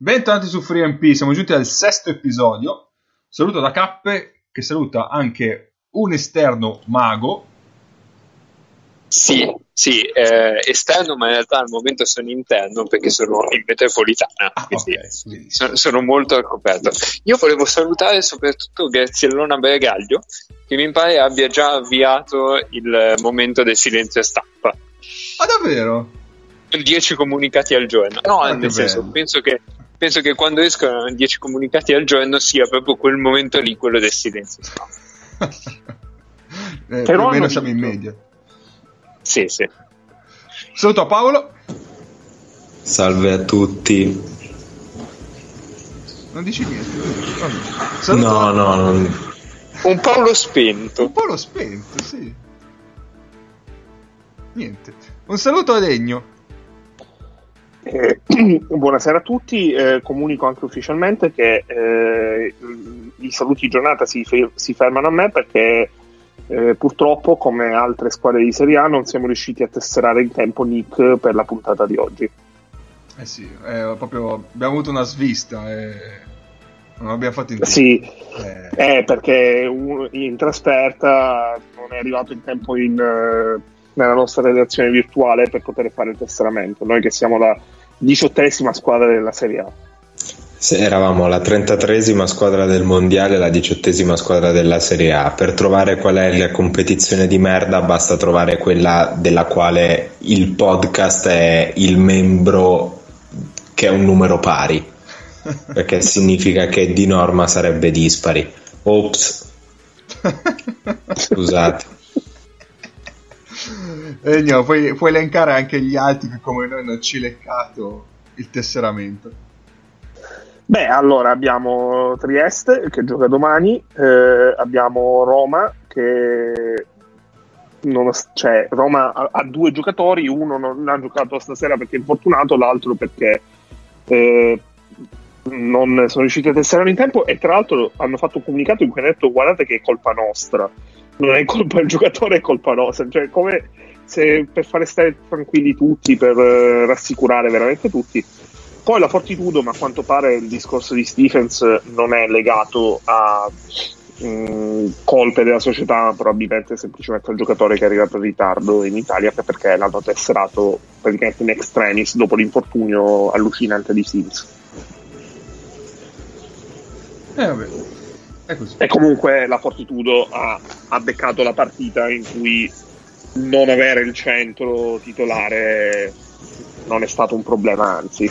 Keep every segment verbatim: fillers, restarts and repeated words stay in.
Bentornati su FreeMP, siamo giunti al sesto episodio. Saluto da Cappe, che saluta anche un esterno mago. Sì, sì, eh, esterno, ma in realtà al momento sono interno perché sono in metropolitana, Ah, quindi okay. sono, sono molto al coperto. Io volevo salutare soprattutto Graziellona Bregaglio, che mi pare abbia già avviato il momento del silenzio stampa. Ah, davvero? dieci comunicati al giorno. No, Ah, nel senso, bello. penso che penso che quando escono dieci comunicati al giorno sia proprio quel momento lì, quello del silenzio stampa. eh, più o meno siamo in media. Sì, sì. Saluto a Paolo. Salve a tutti. Non dici niente. Vabbè. Saluto No, a... no, non... Un Paolo spento. Un po' l'ho spento, sì. Niente. Un saluto a Degno. Eh, buonasera a tutti, eh, comunico anche ufficialmente che eh, i saluti di giornata si, fe- si fermano a me perché eh, purtroppo, come altre squadre di Serie A, non siamo riusciti a tesserare in tempo Nick per la puntata di oggi. Eh sì, eh, proprio abbiamo avuto una svista e non abbiamo fatto in tempo. Sì, eh. eh, perché un- in trasferta non è arrivato in tempo in, eh, nella nostra redazione virtuale per poter fare il tesseramento, noi che siamo la diciottesima squadra della Serie A. Se eravamo la trentatreesima squadra del mondiale e la diciottesima squadra della Serie A. Per trovare qual è la competizione di merda basta trovare quella della quale il podcast è il membro che è un numero pari, perché significa che di norma sarebbe dispari. Ops. Scusate. Eh, no, puoi, puoi elencare anche gli altri che come noi non ci leccato il tesseramento. Beh, allora abbiamo Trieste che gioca domani, eh, abbiamo Roma che non, cioè Roma ha, ha due giocatori, uno non ha giocato stasera perché è infortunato, l'altro perché eh, non sono riusciti a tesserare in tempo, e tra l'altro hanno fatto un comunicato in cui hanno detto: guardate che è colpa nostra, non è colpa del giocatore, è colpa nostra, cioè come se per fare stare tranquilli tutti, per eh, rassicurare veramente tutti. Poi la Fortitudo, ma a quanto pare il discorso di Stephens non è legato a mh, colpe della società, probabilmente semplicemente al giocatore che è arrivato in ritardo in Italia, perché l'hanno tesserato praticamente in extremis dopo l'infortunio allucinante di Sims. Eh vabbè, è così. E comunque la Fortitudo ha, ha beccato la partita in cui non avere il centro titolare non è stato un problema, anzi.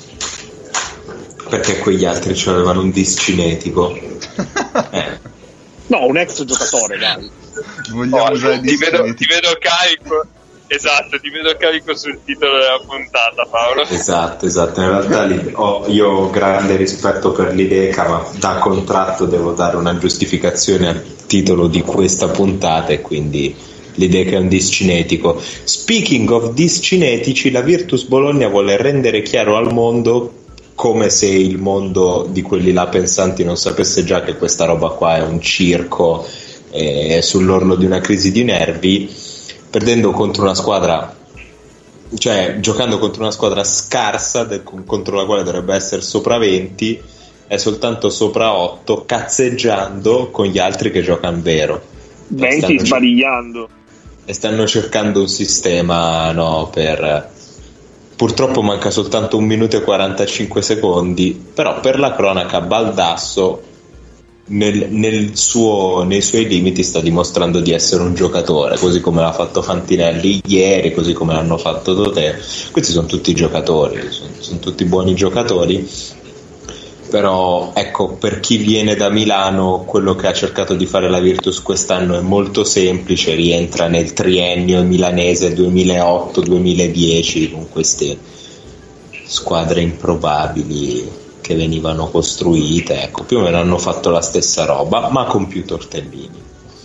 Perché quegli altri ci avevano un dis cinetico. eh. No, un ex giocatore, dai. Vogliamo Oh, usare ti, vedo, discreti. ti vedo carico, esatto, ti vedo carico sul titolo della puntata, Paolo. Esatto, esatto. In realtà li- ho, io ho grande rispetto per l'Ideca, ma da contratto devo dare una giustificazione al titolo di questa puntata, e quindi l'Ideca è un dis cinetico. Speaking of dis cinetici, la Virtus Bologna vuole rendere chiaro al mondo, come se il mondo di quelli là pensanti non sapesse già che questa roba qua è un circo, e è sull'orlo di una crisi di nervi, perdendo contro una squadra, cioè giocando contro una squadra scarsa de- contro la quale dovrebbe essere sopra venti, è soltanto sopra otto, cazzeggiando con gli altri che giocano vero. venti Stanno sbadigliando. E stanno cercando un sistema, no, per... Purtroppo manca soltanto un minuto e quarantacinque secondi, però per la cronaca Baldasso nel, nel suo, nei suoi limiti sta dimostrando di essere un giocatore, così come l'ha fatto Fantinelli ieri, così come l'hanno fatto Totè. Questi sono tutti giocatori, sono, sono tutti buoni giocatori. Però ecco, per chi viene da Milano, quello che ha cercato di fare la Virtus quest'anno è molto semplice, rientra nel triennio milanese duemilaotto duemiladieci, con queste squadre improbabili che venivano costruite. Ecco, più o meno hanno fatto la stessa roba, ma con più tortellini.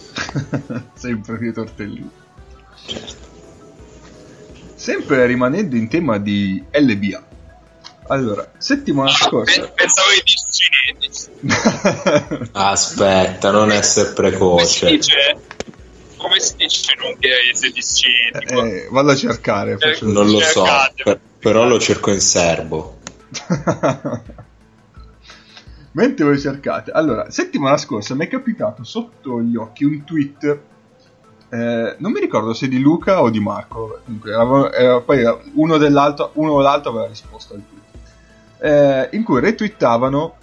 Sempre più tortellini. Certo. Sempre rimanendo in tema di L B A. Allora, settimana scorsa Pensavo ai discinetici. Aspetta, non essere Come si precoce. dice? Come si dice non che sei discinetico? eh, vado a cercare, faccio- Non lo so, Cercate. per- però lo cerco in serbo. Mentre voi cercate, allora, settimana scorsa mi è capitato sotto gli occhi un tweet, eh, non mi ricordo se di Luca o di Marco, comunque era, era, poi era uno dell'altro, uno o l'altro aveva risposto al tweet, eh, in cui retweetavano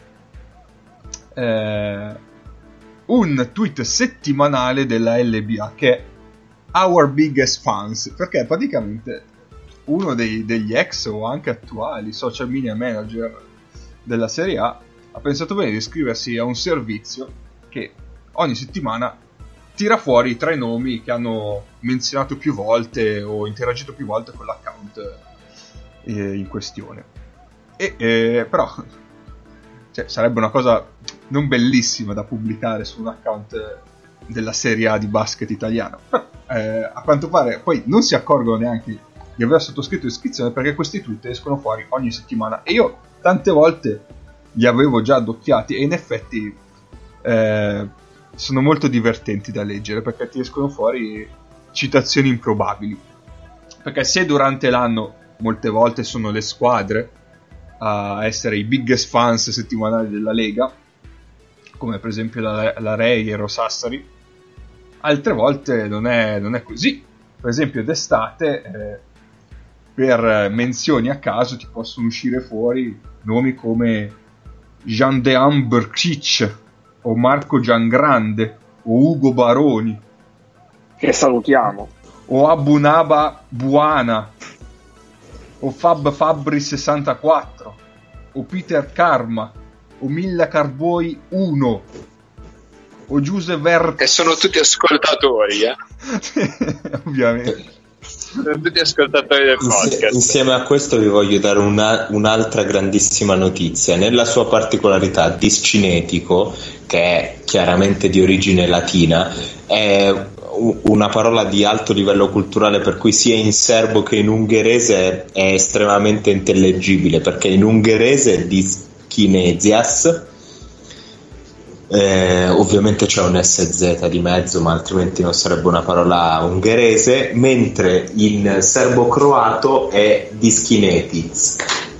eh, un tweet settimanale della L B A che è Our Biggest Fans, perché praticamente uno dei, degli ex o anche attuali social media manager della Serie A ha pensato bene di iscriversi a un servizio che ogni settimana tira fuori tre nomi che hanno menzionato più volte o interagito più volte con l'account eh, in questione. E eh, però cioè, sarebbe una cosa non bellissima da pubblicare su un account della Serie A di basket italiano. Però eh, a quanto pare poi non si accorgono neanche di aver sottoscritto l'iscrizione, perché questi tweet escono fuori ogni settimana e io tante volte li avevo già addocchiati e in effetti eh, sono molto divertenti da leggere, perché ti escono fuori citazioni improbabili, perché se durante l'anno molte volte sono le squadre a essere i biggest fans settimanali della Lega, come per esempio la, la Reyer o Sassari, altre volte non è, non è così. Per esempio d'estate eh, per menzioni a caso ti possono uscire fuori nomi come Jean-Dean Brcic o Marco Giangrande o Ugo Baroni, che salutiamo, o Abunaba Buana o Fab Fabri sessantaquattro o Peter Karma o Milla Carboi uno o Giuseppe Ver... che sono tutti ascoltatori, eh? Ovviamente sono tutti ascoltatori del podcast. Insieme a questo vi voglio dare una, un'altra grandissima notizia. Nella sua particolarità, discinetico, che è chiaramente di origine latina, è una parola di alto livello culturale, per cui sia in serbo che in ungherese è estremamente intellegibile, perché in ungherese diskinesias, Eh, ovviamente c'è un S Z di mezzo, ma altrimenti non sarebbe una parola ungherese, mentre in serbo-croato è diskinetic.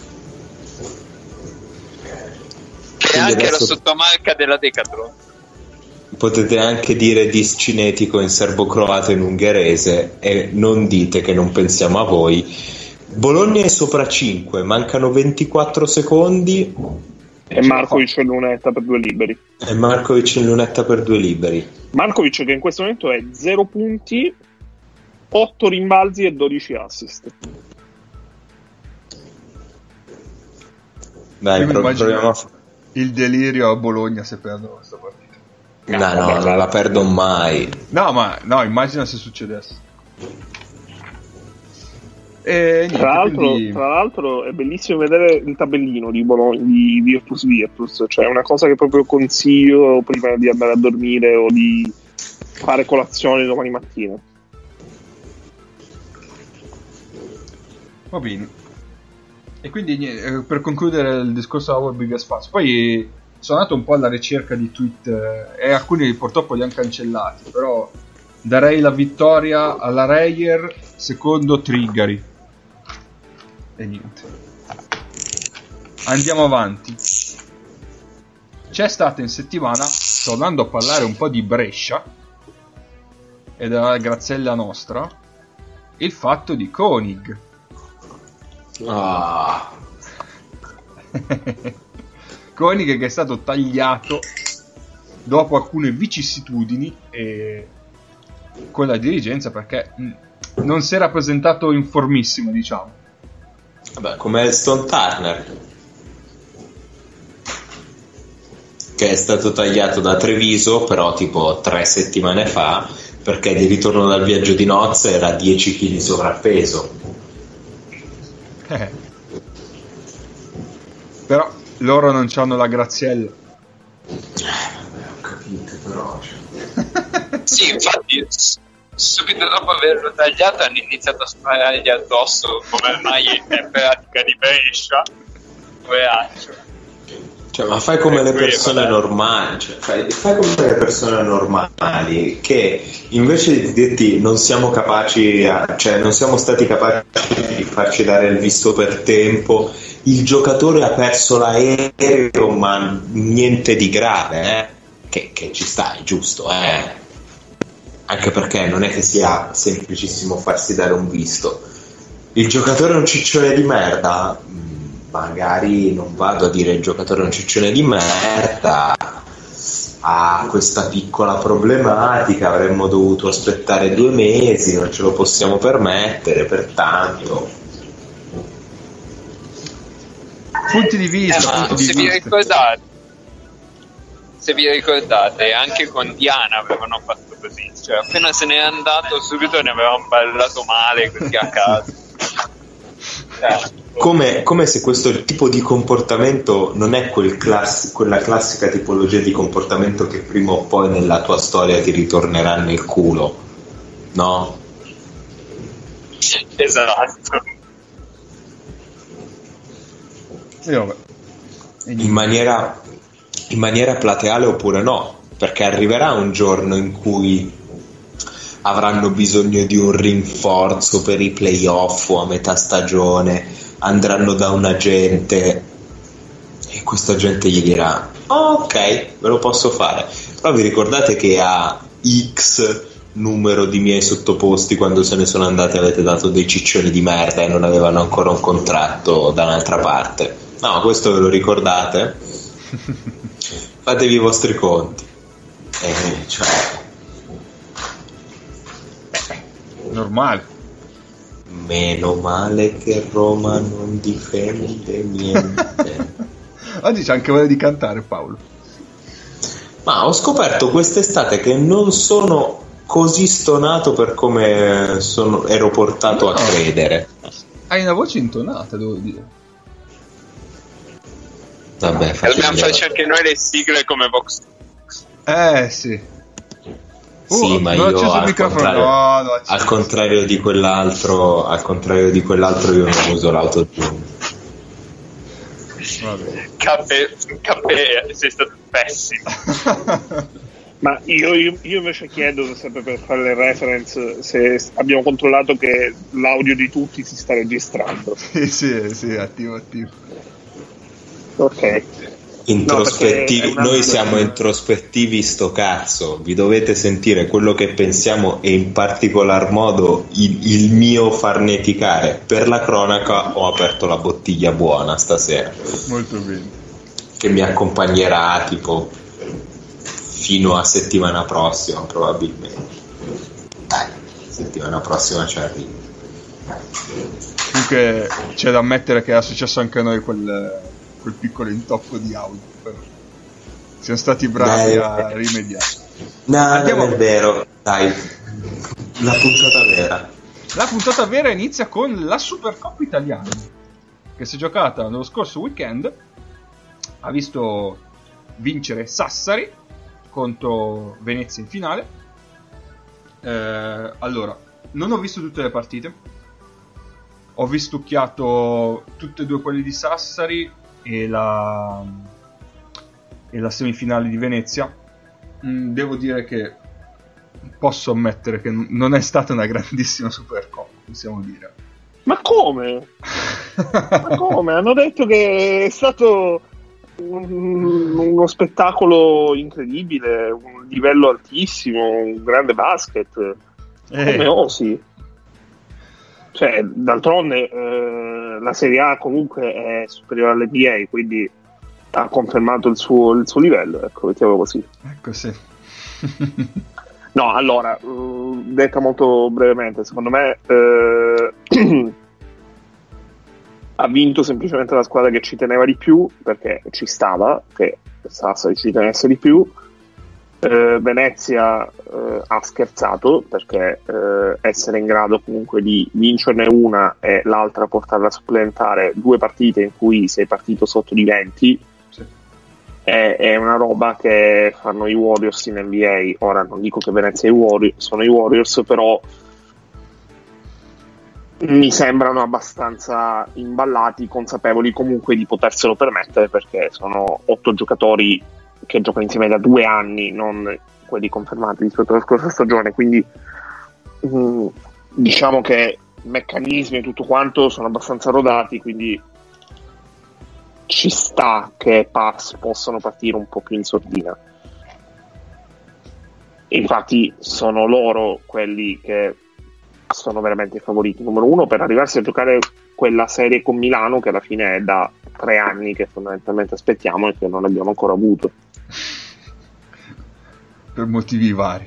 E anche la sottomarca della Decathlon. Potete anche dire discinetico in serbo-croato e in ungherese, e non dite che non pensiamo a voi. Bologna è sopra cinque, mancano ventiquattro secondi. E Markovic in lunetta per due liberi. E Markovic in lunetta per due liberi. Markovic che in questo momento è zero punti, otto rimbalzi e dodici assist. Dai, pro- proviamo a... il delirio a Bologna se perdono questa partita. No, no, non la perdo mai. No, ma no, immagina se succedesse. E niente, tra, l'altro, quindi... tra l'altro è bellissimo vedere il tabellino di Bologna, di Virtus Virtus, cioè una cosa che proprio consiglio prima di andare a dormire o di fare colazione domani mattina. Va bene. E quindi niente, per concludere il discorso Our Biggest Fans, poi sono andato un po' alla ricerca di tweet eh, e alcuni purtroppo li hanno cancellati, però darei la vittoria alla Reyer secondo Trigari. E niente, andiamo avanti. C'è stata in settimana, tornando a parlare un po' di Brescia e della Grazzella nostra, il fatto di Koenig. Ah. Koenig che è stato tagliato dopo alcune vicissitudini e con la dirigenza, perché non si era presentato in formissimo, diciamo. Vabbè, come Stone Turner, che è stato tagliato da Treviso però tipo tre settimane fa, perché di ritorno dal viaggio di nozze era dieci chili sovrappeso. Eh. Però loro non c'hanno la Graziella. Eh, ho capito, però sì, infatti subito dopo averlo tagliato hanno iniziato a sparargli addosso come ormai è pratica di Brescia. Poveraccio. Cioè, ma fai come le persone normali, cioè, fai, fai come le persone normali che invece di dirti non siamo capaci, a, cioè non siamo stati capaci di farci dare il visto per tempo il giocatore ha perso l'aereo ma niente di grave, eh? che, che ci sta, è giusto, eh? Anche perché non è che sia semplicissimo farsi dare un visto. Il giocatore è un ciccione di merda, magari non vado a dire il giocatore è un ciccione di merda, ha questa piccola problematica, avremmo dovuto aspettare due mesi, non ce lo possiamo permettere, pertanto punti di vista, eh, punti se di vi vista. ricordate se vi ricordate anche con Diana avevano fatto così, cioè appena se n'è andato subito ne avevamo parlato male così a caso. eh. Come, come se questo tipo di comportamento non è quel class- quella classica tipologia di comportamento che prima o poi nella tua storia ti ritornerà nel culo, no? Esatto. E vabbè. E In maniera, in maniera plateale oppure no, perché arriverà un giorno in cui avranno bisogno di un rinforzo per i playoff o a metà stagione, andranno da un agente e questo agente gli dirà oh, ok, ve lo posso fare, però vi ricordate che a X numero di miei sottoposti quando se ne sono andati avete dato dei ciccioni di merda e non avevano ancora un contratto da un'altra parte? No, questo ve lo ricordate? Fatevi i vostri conti. Eh, cioè normale. Meno male che Roma non difende niente. Oggi c'è anche voglia di cantare, Paolo. Ma ho scoperto quest'estate che non sono così stonato per come sono, ero portato No. a credere. Hai una voce intonata, devo dire. Vabbè, E faccio dobbiamo vedere. farci anche noi le sigle come Vox. Eh sì. Sì, Uh, ma non ho io acceso il al microfono. contrario, No, no, acceso. al contrario di quell'altro, al contrario di quell'altro io non uso l'autotune. Vabbè. Cappe, cappe, sei stato pessimo. Ma io, io, io invece chiedo, sempre per fare le reference, se abbiamo controllato che l'audio di tutti si sta registrando. Sì, sì, sì, attivo, attivo. Ok. Introspettivi, No, perché è una- noi siamo introspettivi sto cazzo, vi dovete sentire quello che pensiamo e in particolar modo il, il mio farneticare. Per la cronaca ho aperto la bottiglia buona stasera Molto bene. che mi accompagnerà tipo fino a settimana prossima probabilmente. Dai, settimana prossima ci arrivo. Comunque c'è da ammettere che è successo anche a noi quel, quel piccolo intoppo di audio. Però siamo stati bravi Dai. a rimediare. No, Andiamo- non è vero, dai, la puntata vera. La puntata vera inizia con la Supercoppa italiana, che si è giocata nello scorso weekend. Ha visto vincere Sassari contro Venezia in finale. Eh, allora, non ho visto tutte le partite. Ho vistucchiato tutte e due quelle di Sassari e la, e la semifinale di Venezia. Mm, devo dire che posso ammettere che n- non è stata una grandissima Supercoppa, possiamo dire. Ma come? Ma come? Hanno detto che è stato un- uno spettacolo incredibile, un livello altissimo, un grande basket. Come Eh, osi? Cioè, d'altronde eh, la Serie A comunque è superiore all'N B A, quindi ha confermato il suo, il suo livello, ecco, mettiamo così. ecco sì. No, allora, uh, detta molto brevemente, secondo me eh, ha vinto semplicemente la squadra che ci teneva di più, perché ci stava, che Sassari ci tenesse di più. Eh, Venezia eh, ha scherzato, perché eh, essere in grado comunque di vincerne una e l'altra portarla a supplementare due partite in cui sei partito sotto di venti Sì. è, è una roba che fanno i Warriors in N B A. Ora non dico che Venezia e i Warriors sono i Warriors, però mi sembrano abbastanza imballati, consapevoli comunque di poterselo permettere, perché sono otto giocatori che giocano insieme da due anni, non quelli confermati rispetto alla scorsa stagione, quindi mh, diciamo che meccanismi e tutto quanto sono abbastanza rodati, quindi ci sta che pass possano partire un po' più in sordina. Infatti sono loro quelli che sono veramente i favoriti numero uno per arrivarsi a giocare quella serie con Milano, che alla fine è da tre anni che fondamentalmente aspettiamo e che non abbiamo ancora avuto per motivi vari.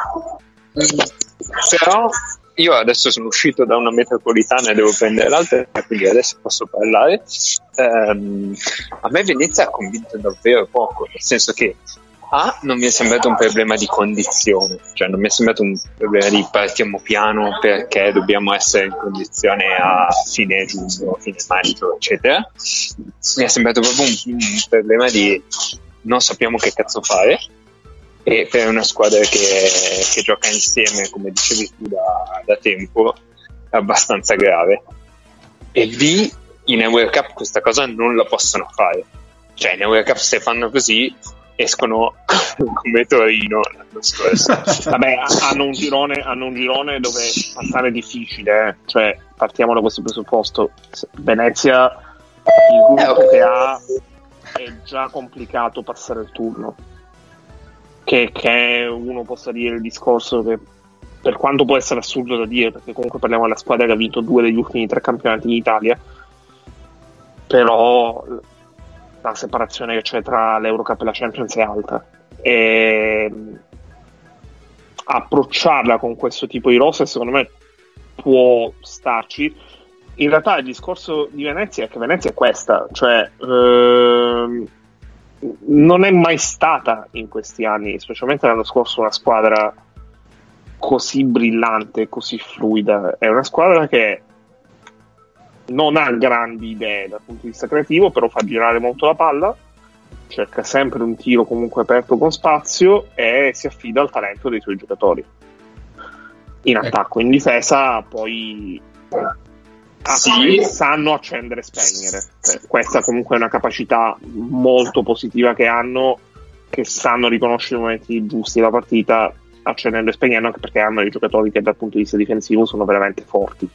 Però io adesso sono uscito da una metropolitana e devo prendere l'altra, quindi adesso posso parlare. Um, a me Venezia ha convinto davvero poco, nel senso che A, non mi è sembrato un problema di condizione, cioè non mi è sembrato un problema di partiamo piano perché dobbiamo essere in condizione a fine giugno, fine maggio, eccetera. Mi è sembrato proprio un, un problema di non sappiamo che cazzo fare, e per una squadra che, che gioca insieme, come dicevi tu, da, da tempo, è abbastanza grave. E B, in Eurocup questa cosa non la possono fare, cioè in Eurocup se fanno così escono come Torino l'anno scorso. Vabbè, hanno un girone, hanno un girone dove passare è difficile, eh? Cioè partiamo da questo presupposto. Venezia, il gruppo eh, che ha, è già complicato passare il turno, che, che uno possa dire il discorso che, per quanto può essere assurdo da dire, perché comunque parliamo della squadra che ha vinto due degli ultimi tre campionati in Italia, però la separazione che c'è tra l'Eurocup e la Champions è alta, e approcciarla con questo tipo di roster secondo me può starci. In realtà il discorso di Venezia è che Venezia è questa, cioè ehm, non è mai stata in questi anni, specialmente l'anno scorso, una squadra così brillante, così fluida. È una squadra che non ha grandi idee dal punto di vista creativo, però fa girare molto la palla, cerca sempre un tiro comunque aperto con spazio e si affida al talento dei suoi giocatori in attacco. In difesa poi sì, sanno accendere e spegnere, cioè, questa comunque è una capacità molto positiva che hanno, che sanno riconoscere i momenti giusti della partita, accendendo e spegnendo, anche perché hanno dei giocatori che dal punto di vista difensivo sono veramente forti.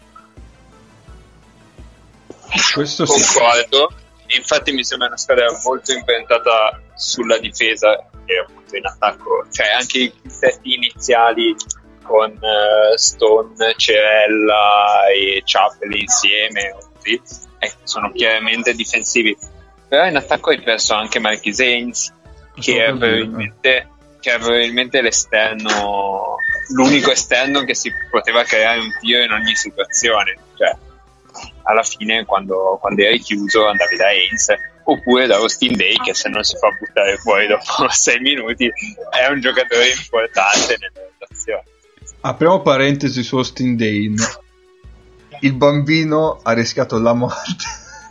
Questo sì. Concordo, infatti mi sembra una squadra molto impiantata sulla difesa e appunto in attacco, cioè anche i setti iniziali con uh, Stone, Cerella e Chappell insieme così, eh, sono chiaramente difensivi, però in attacco hai perso anche Marquis Haynes, che è probabilmente, che è probabilmente l'esterno, l'unico esterno che si poteva creare un tiro in ogni situazione, cioè alla fine quando, quando eri chiuso andavi da Haynes oppure da Austin Day, che se non si fa buttare fuori dopo sei minuti è un giocatore importante nella rotazione. Apriamo parentesi su Austin Day. Il bambino ha rischiato la morte.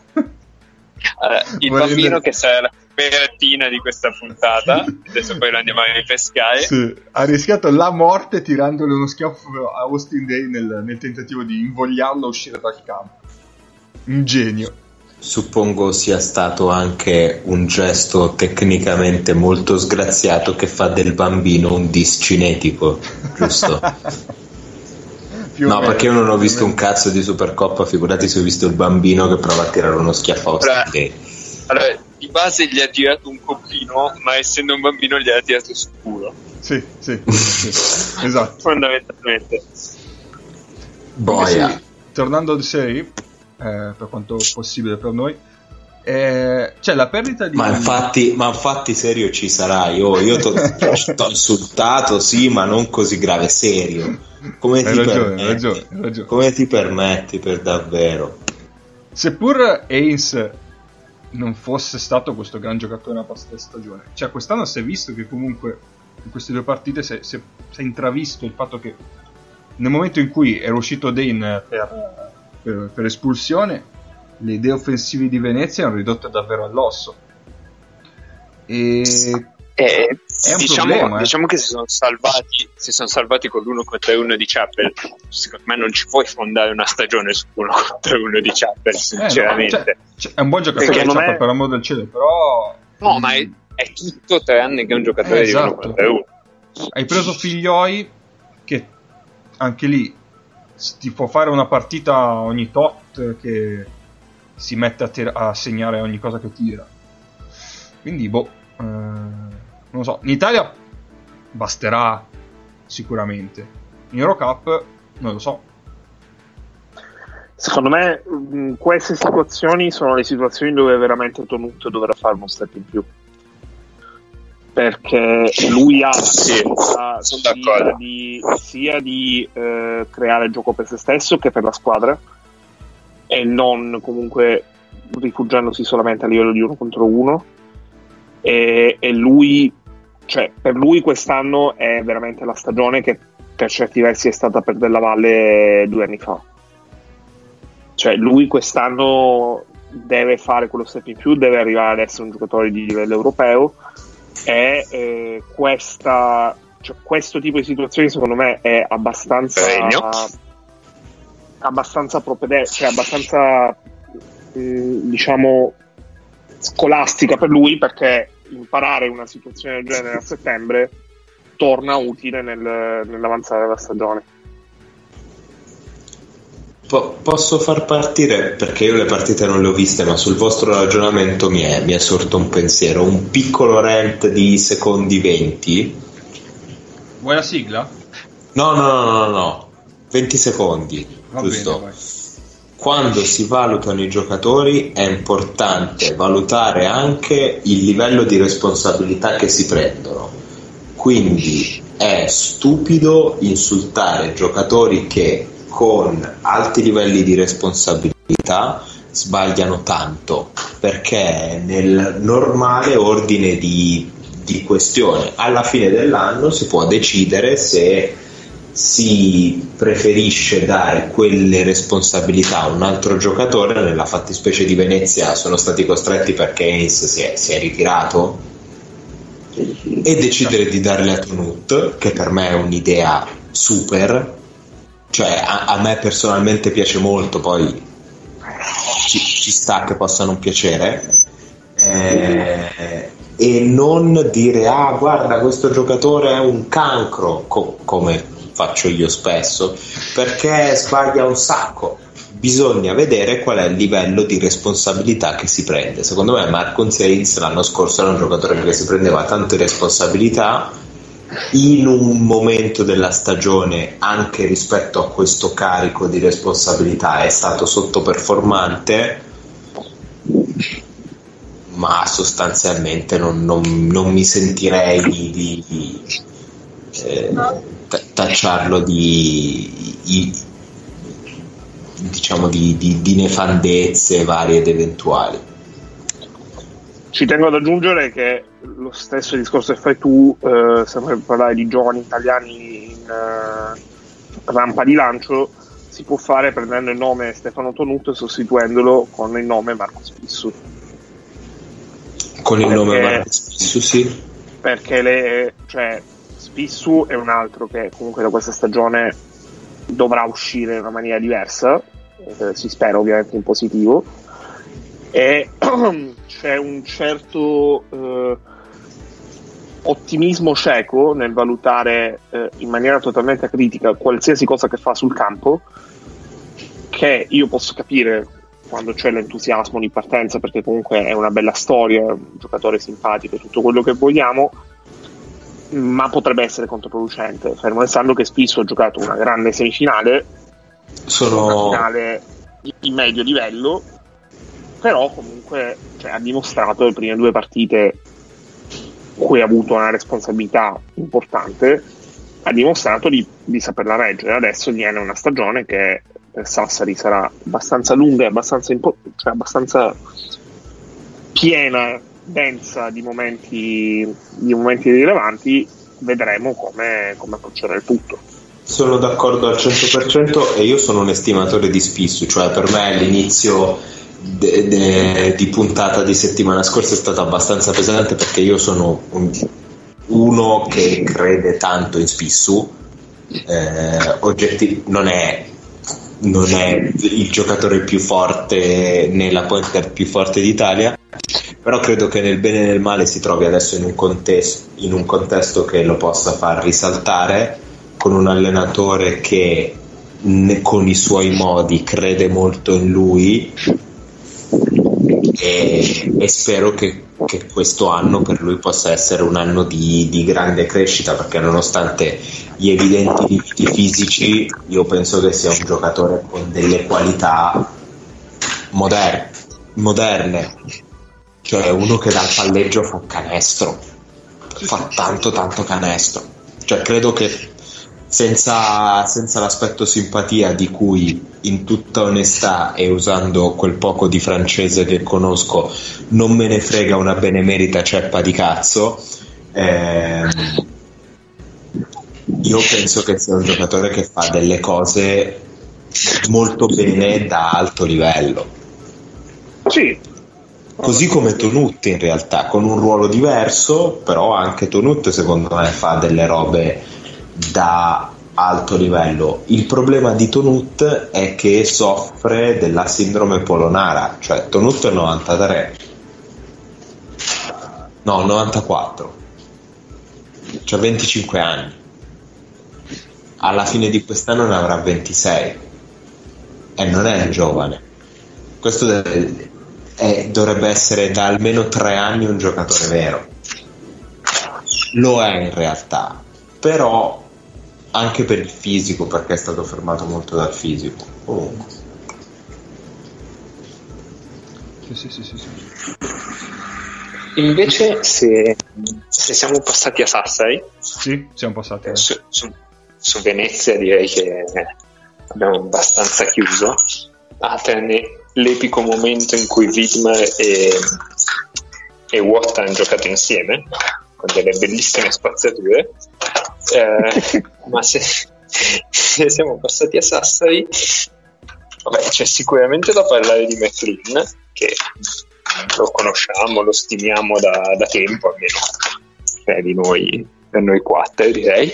Allora, il Vorrei bambino dire... che sarà la copertina di questa puntata, adesso poi lo andiamo a ripescare. Sì, ha rischiato la morte tirandole uno schiaffo a Austin Day nel, nel tentativo di invogliarlo a uscire dal campo. Un genio. Suppongo sia stato anche un gesto tecnicamente molto sgraziato che fa del bambino un dis cinetico, giusto? No, meno, perché io non ho visto un cazzo di Supercoppa, figurati se ho visto il bambino che prova a tirare uno schiaffo a Austin. Allora, di base gli ha tirato un coppino, ma essendo un bambino gli ha tirato scuro. Sì, sì, sì. Esatto. Fondamentalmente. Boia. Sì, tornando alla serie, eh, per quanto possibile per noi, eh, c'è la perdita di... Ma infatti, ma infatti serio ci sarai. Oh, io t'ho insultato, sì, ma non così grave, serio. Come ti, ragione, permetti? Ragione, ragione. Come ti permetti, per davvero? Seppur Haynes non fosse stato questo gran giocatore nella passata stagione, cioè quest'anno si è visto che comunque in queste due partite si è, si è, si è intravisto il fatto che nel momento in cui era uscito Dane per, per, per espulsione, le idee offensive di Venezia erano ridotte davvero all'osso, e Eh, è un diciamo, problema, eh. diciamo che si sono salvati si sono salvati con l'uno contro uno di Chappell. Secondo me non ci puoi fondare una stagione su uno contro uno di Chappell, sinceramente. Eh, no, cioè, cioè, è un buon giocatore Chappell, me... per amor del cielo, però no, ma è, è tutto tranne che un giocatore eh, di esatto. uno contro uno. Hai preso Figlioi, che anche lì ti può fare una partita ogni tot, che si mette a, ter- a segnare ogni cosa che tira. Quindi boh, eh, non lo so, in Italia basterà sicuramente, in Eurocup non lo so. Secondo me mh, queste situazioni sono le situazioni dove veramente Tonut dovrà fare uno step in più, perché lui ha sì, sia, sia di, sia di eh, creare gioco per se stesso che per la squadra, e non comunque rifugiandosi solamente a livello di uno contro uno, e, e lui, cioè per lui quest'anno è veramente la stagione che per certi versi è stata per Della Valle due anni fa. Cioè lui quest'anno deve fare quello step in più, deve arrivare ad essere un giocatore di livello europeo, e eh, questa, cioè, questo tipo di situazioni secondo me è abbastanza Regno. abbastanza propede- cioè abbastanza eh, diciamo scolastica per lui, perché imparare una situazione del genere a settembre torna utile nel, nell'avanzare della stagione. Po- posso far partire, perché io le partite non le ho viste, ma sul vostro ragionamento mi è, mi è sorto un pensiero, un piccolo rant di secondi venti. Vuoi la sigla? No, no, no, no, no, venti secondi, Va giusto? bene, vai. Quando si valutano i giocatori è importante valutare anche il livello di responsabilità che si prendono. Quindi è stupido insultare giocatori che con alti livelli di responsabilità sbagliano tanto, perché nel normale ordine di, di questione alla fine dell'anno si può decidere se si preferisce dare quelle responsabilità a un altro giocatore. Nella fattispecie di Venezia sono stati costretti perché Haynes si è, si è ritirato, e decidere di darle a Tonut, che per me è un'idea super, cioè a, a me personalmente piace molto, poi ci, ci sta che possa non piacere, eh, e non dire ah guarda questo giocatore è un cancro, co- come faccio io spesso, perché sbaglia un sacco. Bisogna vedere qual è il livello di responsabilità che si prende. Secondo me Marcus Haynes l'anno scorso era un giocatore che si prendeva tante responsabilità in un momento della stagione, anche rispetto a questo carico di responsabilità è stato sottoperformante, ma sostanzialmente non, non, non mi sentirei di, di, di eh, t- tacciarlo di, di diciamo di, di, di nefandezze varie ed eventuali. Ci tengo ad aggiungere che lo stesso discorso che fai tu, eh, sempre parlare di giovani italiani in eh, rampa di lancio, si può fare prendendo il nome Stefano Tonut e sostituendolo con il nome Marco Spissu. Con il perché, nome Marco Spissu, sì. Perché le, cioè, Spissu è un altro che comunque da questa stagione dovrà uscire in una maniera diversa, eh, si spera ovviamente in positivo, e c'è un certo eh, ottimismo cieco nel valutare eh, in maniera totalmente critica qualsiasi cosa che fa sul campo, che io posso capire quando c'è l'entusiasmo di partenza, perché comunque è una bella storia, un giocatore simpatico, tutto quello che vogliamo, ma potrebbe essere controproducente, fermo restando che Spissu ha giocato una grande semifinale, sono una finale di medio livello, però comunque cioè, ha dimostrato le prime due partite cui ha avuto una responsabilità importante, ha dimostrato di, di saperla reggere. Adesso viene una stagione che per Sassari sarà abbastanza lunga e abbastanza, impo- cioè abbastanza piena, densa di momenti, di momenti rilevanti. Vedremo come, come approccerà il tutto. Sono d'accordo al cento per cento, e io sono un estimatore di Spissu, cioè per me l'inizio de, de, di puntata di settimana scorsa è stato abbastanza pesante, perché io sono un, uno che crede tanto in Spissu, eh, oggetti, non è non è il giocatore più forte né la point guard più forte d'Italia, però credo che nel bene e nel male si trovi adesso in un contesto, in un contesto che lo possa far risaltare, con un allenatore che con i suoi modi crede molto in lui, e, e spero che, che questo anno per lui possa essere un anno di, di grande crescita, perché nonostante gli evidenti limiti fisici io penso che sia un giocatore con delle qualità moderne, moderne. Cioè uno che dal palleggio fa canestro, fa tanto tanto canestro, cioè credo che senza, senza l'aspetto simpatia di cui in tutta onestà e usando quel poco di francese che conosco non me ne frega una benemerita ceppa di cazzo, ehm, io penso che sia un giocatore che fa delle cose molto bene da alto livello. Sì. Così come Tonut in realtà, con un ruolo diverso, però anche Tonut secondo me fa delle robe da alto livello. Il problema di Tonut è che soffre della sindrome Polonara, cioè Tonut è novantatré, no novantaquattro, cioè venticinque anni, alla fine di quest'anno ne avrà ventisei e non è giovane. Questo è, è, dovrebbe essere da almeno tre anni un giocatore vero, lo è in realtà, però anche per il fisico, perché è stato fermato molto dal fisico. Comunque sì, sì, sì, sì, sì. Invece se, se siamo passati a Sassari, sì, siamo passati eh, su, su, su Venezia direi che abbiamo abbastanza chiuso. Atene, l'epico momento in cui Widmer e, e Watt hanno giocato insieme con delle bellissime spaziature. Eh, ma se, se siamo passati a Sassari, vabbè, c'è sicuramente da parlare di McLean, che lo conosciamo, lo stimiamo da, da tempo, almeno eh, di noi, per noi quattro direi,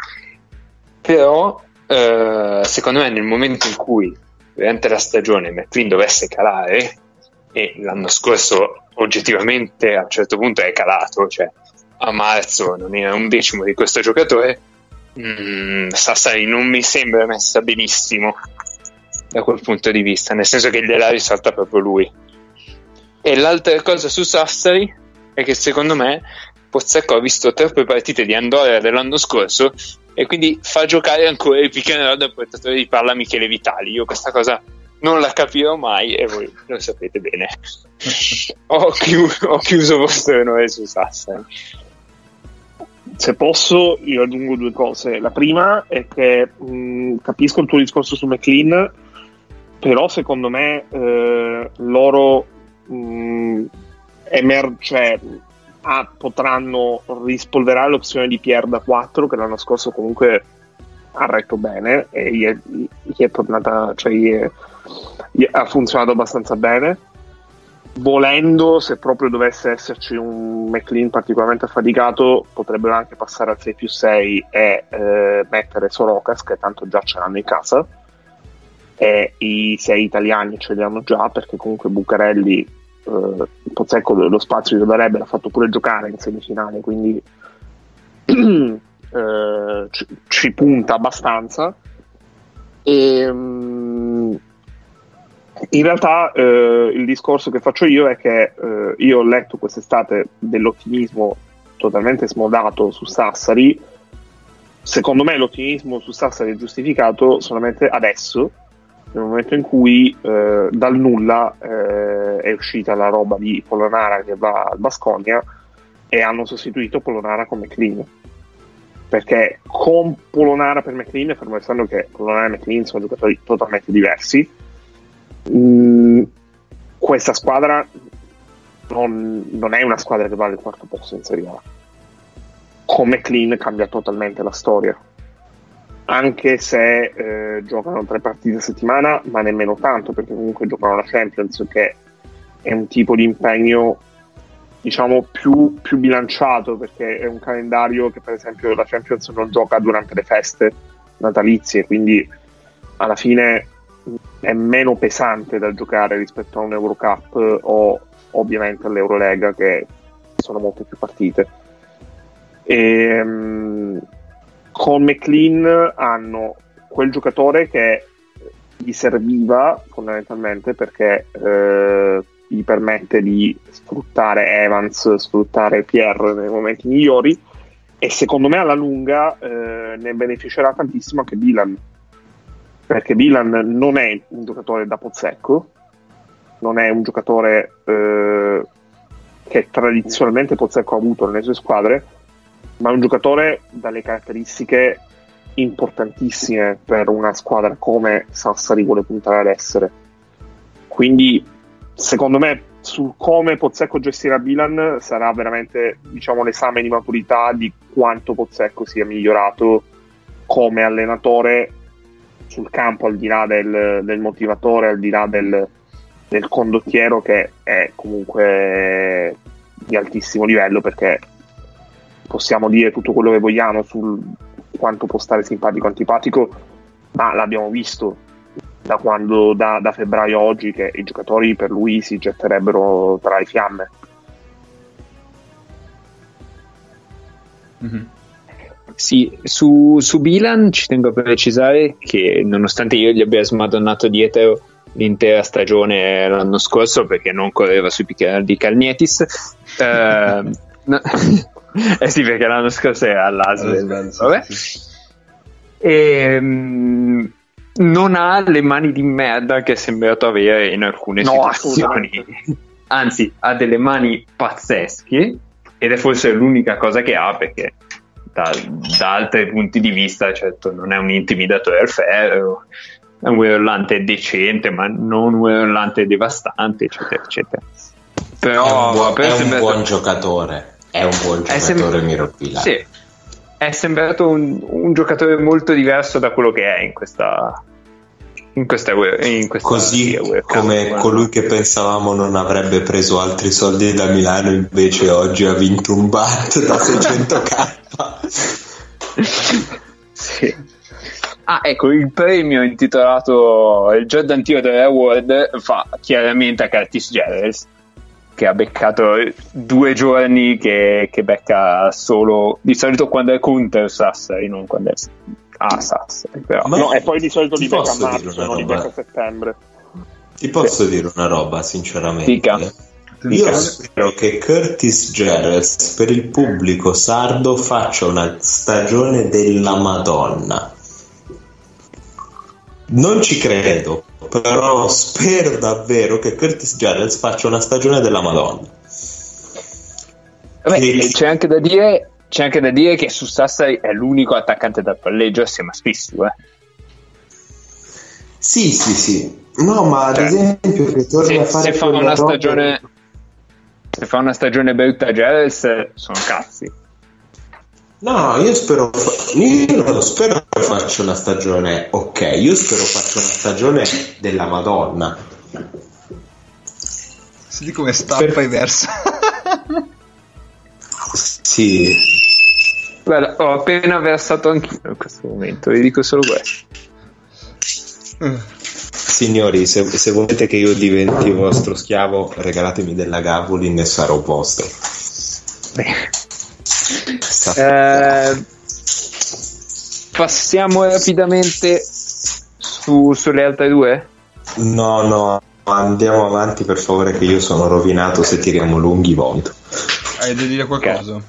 però eh, secondo me nel momento in cui durante la stagione McLean dovesse calare, e l'anno scorso oggettivamente a un certo punto è calato, cioè a marzo non era un decimo di questo giocatore, mm, Sassari non mi sembra messa benissimo da quel punto di vista, nel senso che gliela risalta proprio lui. E l'altra cosa su Sassari è che secondo me Pozzecco ha visto troppe partite di Andorra dell'anno scorso e quindi fa giocare ancora i pick and roll da portatore di palla Michele Vitali. Io questa cosa non la capirò mai e voi lo sapete bene. ho, chiuso, ho chiuso vostro onore su Sassari. Se posso, io aggiungo due cose. La prima è che mh, capisco il tuo discorso su McLean, però secondo me eh, loro mh, emer- cioè, ah, potranno rispolverare l'opzione di Pierre da quattro, che l'anno scorso comunque ha retto bene e gli è, gli è tornata, cioè gli è, gli ha funzionato abbastanza bene. Volendo, se proprio dovesse esserci un McLean particolarmente affaticato, potrebbero anche passare al sei più sei e eh, mettere Sorokas, che tanto già ce l'hanno in casa, e i sei italiani ce li hanno già, perché comunque Bucarelli eh, Pozzecco lo spazio gli darebbe, l'ha fatto pure giocare in semifinale, quindi eh, ci, ci punta abbastanza. E mh, in realtà eh, il discorso che faccio io è che eh, io ho letto quest'estate dell'ottimismo totalmente smodato su Sassari. Secondo me l'ottimismo su Sassari è giustificato solamente adesso, nel momento in cui eh, dal nulla eh, è uscita la roba di Polonara che va al Baskonia e hanno sostituito Polonara con McLean, perché con Polonara per McLean, fermo restando che Polonara e McLean sono giocatori totalmente diversi, mh, questa squadra non, non è una squadra che vale il quarto posto in Serie A. Con McLean cambia totalmente la storia, anche se eh, giocano tre partite a settimana, ma nemmeno tanto, perché comunque giocano la Champions, che è un tipo di impegno diciamo più, più bilanciato, perché è un calendario che per esempio la Champions non gioca durante le feste natalizie, quindi alla fine è meno pesante da giocare rispetto a un Eurocup o ovviamente all'Eurolega, che sono molte più partite. E, um, con McLean hanno quel giocatore che gli serviva fondamentalmente perché eh, gli permette di sfruttare Evans, sfruttare Pierre nei momenti migliori, e secondo me alla lunga eh, ne beneficerà tantissimo anche Dylan, perché Dylan non è un giocatore da Pozzecco, non è un giocatore eh, che tradizionalmente Pozzecco ha avuto nelle sue squadre, ma è un giocatore dalle caratteristiche importantissime per una squadra come Sassari vuole puntare ad essere. Quindi secondo me sul come Pozzecco gestirà Dylan sarà veramente, diciamo, l'esame di maturità di quanto Pozzecco sia migliorato come allenatore sul campo, al di là del, del motivatore, al di là del, del condottiero, che è comunque di altissimo livello, perché possiamo dire tutto quello che vogliamo sul quanto può stare simpatico o antipatico, ma l'abbiamo visto da quando da, da febbraio a oggi che i giocatori per lui si getterebbero tra le fiamme. Mm-hmm. Sì, su, su Bilan ci tengo a precisare che nonostante io gli abbia smadonnato dietro l'intera stagione l'anno scorso perché non correva sui picchi di Calnietis, eh, no, eh sì, perché l'anno scorso era all'A S L, vabbè. E, um, non ha le mani di merda che è sembrato avere in alcune no, situazioni, anzi ha delle mani pazzesche, ed è forse l'unica cosa che ha, perché da, da altri punti di vista certo non è un intimidatore al ferro, è un rullante decente ma non un rullante devastante, eccetera eccetera. Però è un buon, è un sembrato... buon giocatore è un buon giocatore sem- Miro Bilan. Sì, è sembrato un, un giocatore molto diverso da quello che è in questa in questa, in questa così World Cup, come guarda. Colui che pensavamo non avrebbe preso altri soldi da Milano invece oggi ha vinto un bat da seicento k. Sì. Ah, ecco, il premio intitolato il Jordan Theodore Award fa chiaramente a Curtis Jerrels, che ha beccato due giorni che, che becca solo di solito quando è counter Sassari, non quando è ah, Sassari, però. Ma no, e poi di solito li becca a posso dire marzo, una non li roba? becca a settembre. Ti posso dire una roba sinceramente? Dica. Io Dica. spero che Curtis Jerrels per il pubblico sardo faccia una stagione della Madonna. Non ci credo, però spero davvero che Curtis Jerrels faccia una stagione della Madonna. Vabbè, E- c'è anche da dire c'è anche da dire che su Sassari è l'unico attaccante dal palleggio assieme a Spissu, eh. Sì, sì, sì. No, ma ad Cioè, esempio che torni se, a fare se fa quella una roba- stagione se fa una stagione brutta Jerrels sono cazzi. No, io spero io non spero che faccia una stagione ok, io spero faccia una stagione della Madonna. Senti come stappa i versi. Sì. Guarda, ho appena versato anch'io in questo momento, vi dico solo questo. Signori, se, se volete che io diventi vostro schiavo, regalatemi della Gavolin e sarò vostro. Eh, passiamo rapidamente su, sulle altre due. No, no, andiamo avanti per favore che io sono rovinato se tiriamo lunghi vomito. Hai da dire qualcosa?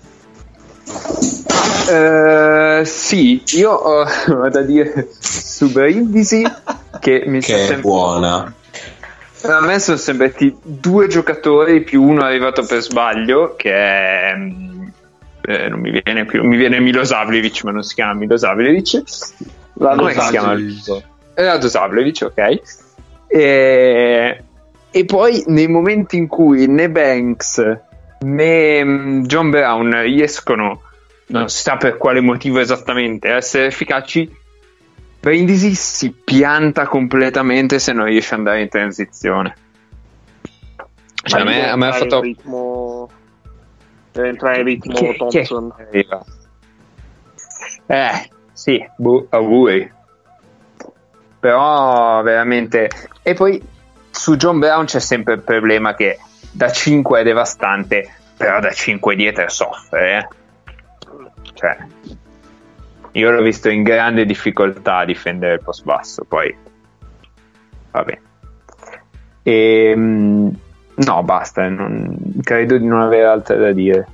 Eh, sì, io ho, ho da dire su Brindisi che mi Che è sem- buona. a me sono sembrati due giocatori più uno arrivato per sbaglio che è eh, non mi viene più mi viene Milosavljevic, ma non si chiama Milosavljevic, come si chiama? Rado Savljevic, ok. E, e poi nei momenti in cui né Banks né um, John Brown riescono, non si sa per quale motivo esattamente, a essere efficaci, Brindisi si pianta completamente se non riesce ad andare in transizione. Cioè, a me, a me ha fatto il ritmo deve entrare in ritmo Che- Thompson. che- eh sì, boh, auguri. Però veramente. E poi su John Brown c'è sempre il problema che da cinque è devastante, però da cinque dietro soffre, eh. Cioè, io l'ho visto in grande difficoltà a difendere il post basso, poi vabbè. E, no, basta, non, credo di non avere altro da dire.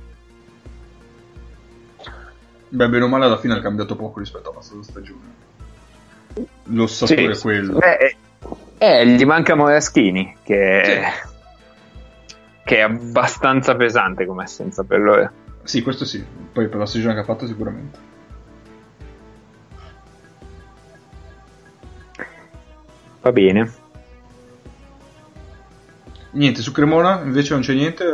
Beh, bene o male alla fine ha cambiato poco rispetto alla passata stagione. Lo sapore è sì, quello. Beh, eh, gli manca Moraschini, che, sì. che è abbastanza pesante come assenza per loro. Sì, questo sì. Poi per la stagione che ha fatto sicuramente. Va bene. Niente, su Cremona invece non c'è niente?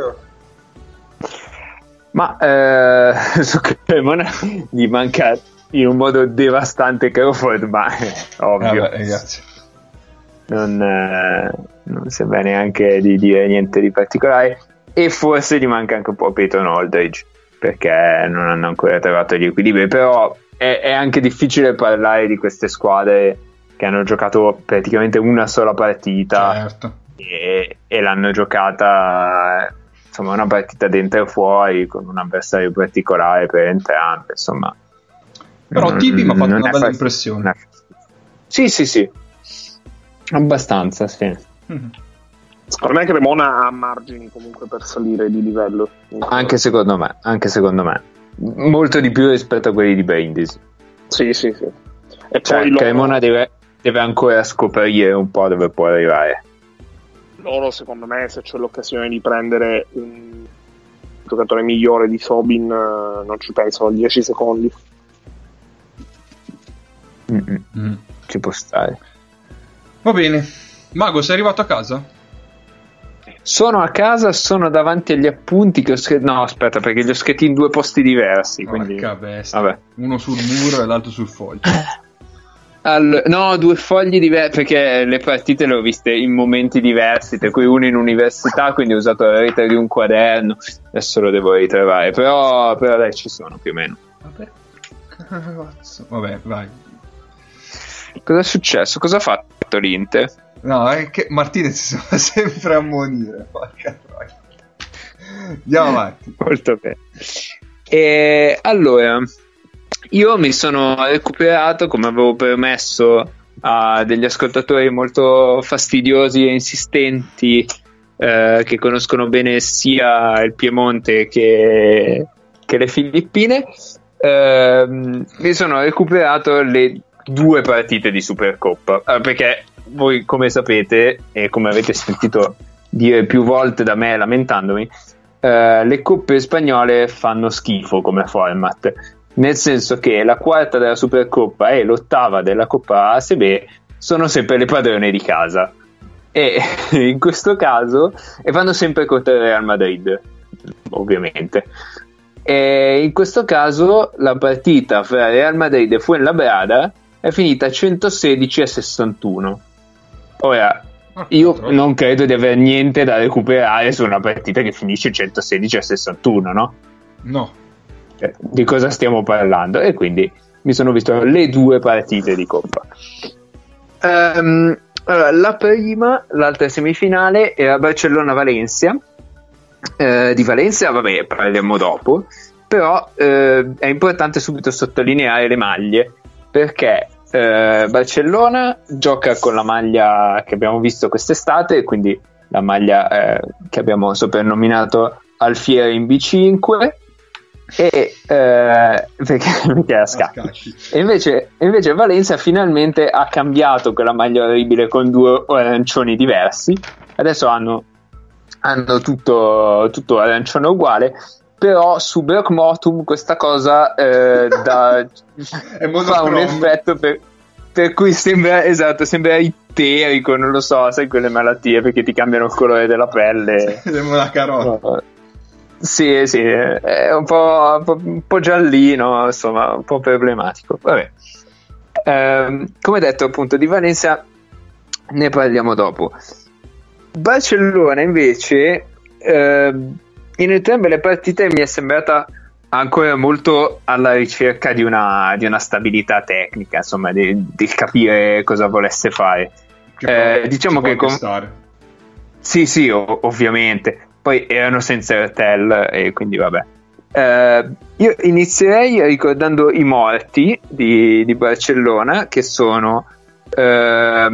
Ma eh, su Cremona gli manca in un modo devastante Crawford, ma è ovvio. Eh, beh, grazie. Non, eh, non sembra neanche di dire niente di particolare, e forse gli manca anche un po' Peyton Aldridge, perché non hanno ancora trovato gli equilibri, però è, è anche difficile parlare di queste squadre che hanno giocato praticamente una sola partita, certo. e, e l'hanno giocata, insomma, una partita dentro e fuori con un avversario particolare per entrambe, insomma. Però Tipi mi ha fatto non una è bella facile. impressione. Sì, sì, sì, abbastanza, sì. Mm-hmm. Secondo me Cremona ha margini comunque per salire di livello. Anche secondo me, anche secondo me. Molto di più rispetto a quelli di Brindisi. Sì, sì, sì. E Cioè, poi loro, Cremona deve, deve ancora scoprire un po' dove può arrivare. loro, secondo me, se c'è l'occasione di prendere un giocatore migliore di Sobin, non ci pensano dieci secondi. Mm-mm. Mm. Ci può stare. Va bene. Mago, sei arrivato a casa? Sono a casa, sono davanti agli appunti che ho scritto. No, aspetta, perché li ho scritti in due posti diversi. Quindi... Porca bestia. Vabbè. Uno sul muro e l'altro sul foglio. All... No, due fogli diversi, perché le partite le ho viste in momenti diversi, per cui uno in università, quindi ho usato la rete di un quaderno. Adesso lo devo ritrovare, però, però dai, ci sono più o meno. Vabbè. Cazzo. Vabbè, vai. Cosa è successo? Cosa ha fatto l'Inter? No, è che Martinez si fa sempre ammonire. Porca troia. Andiamo avanti. Molto bene. E allora, io mi sono recuperato, come avevo promesso a degli ascoltatori molto fastidiosi e insistenti, eh, che conoscono bene sia il Piemonte che, che le Filippine. Eh, mi sono recuperato le due partite di Supercoppa, eh, perché voi, come sapete e come avete sentito dire più volte da me lamentandomi, eh, le coppe spagnole fanno schifo come format, nel senso che la quarta della Supercoppa e l'ottava della Coppa A S B sono sempre le padrone di casa, e in questo caso e vanno sempre contro il Real Madrid, ovviamente. E in questo caso la partita fra Real Madrid e Fuenlabrada è finita centosedici a sessantuno. Ora, io non credo di aver niente da recuperare su una partita che finisce centosedici a sessantuno, no? No. Cioè, di cosa stiamo parlando? E quindi mi sono visto le due partite di Coppa. Um, allora, la prima, l'altra semifinale, era Barcellona-Valencia. Eh, di Valencia, vabbè, parleremo dopo. Però eh, è importante subito sottolineare le maglie, perché eh, Barcellona gioca con la maglia che abbiamo visto quest'estate, quindi la maglia eh, che abbiamo soprannominato Alfieri in B cinque, e eh, perché, perché era scacchi. E invece, invece Valencia finalmente ha cambiato quella maglia orribile con due arancioni diversi. Adesso hanno, hanno tutto, tutto arancione uguale, però su Brock Motum questa cosa eh, da, fa un effetto per, per cui sembra, esatto, sembra itterico, non lo so, sai quelle malattie perché ti cambiano il colore della pelle. Sembra una carota. Sì, sì, è un po', un po', un po' giallino, insomma, un po' problematico. Vabbè. Eh, come detto, appunto, di Valencia ne parliamo dopo. Barcellona invece... Eh, in entrambe le partite mi è sembrata ancora molto alla ricerca di una, di una stabilità tecnica, insomma, di, di capire cosa volesse fare. Eh, diciamo che com- sì, sì, ov- ovviamente. Poi erano senza Ertel e quindi vabbè. Eh, io inizierei ricordando i morti di, di Barcellona, che sono ehm,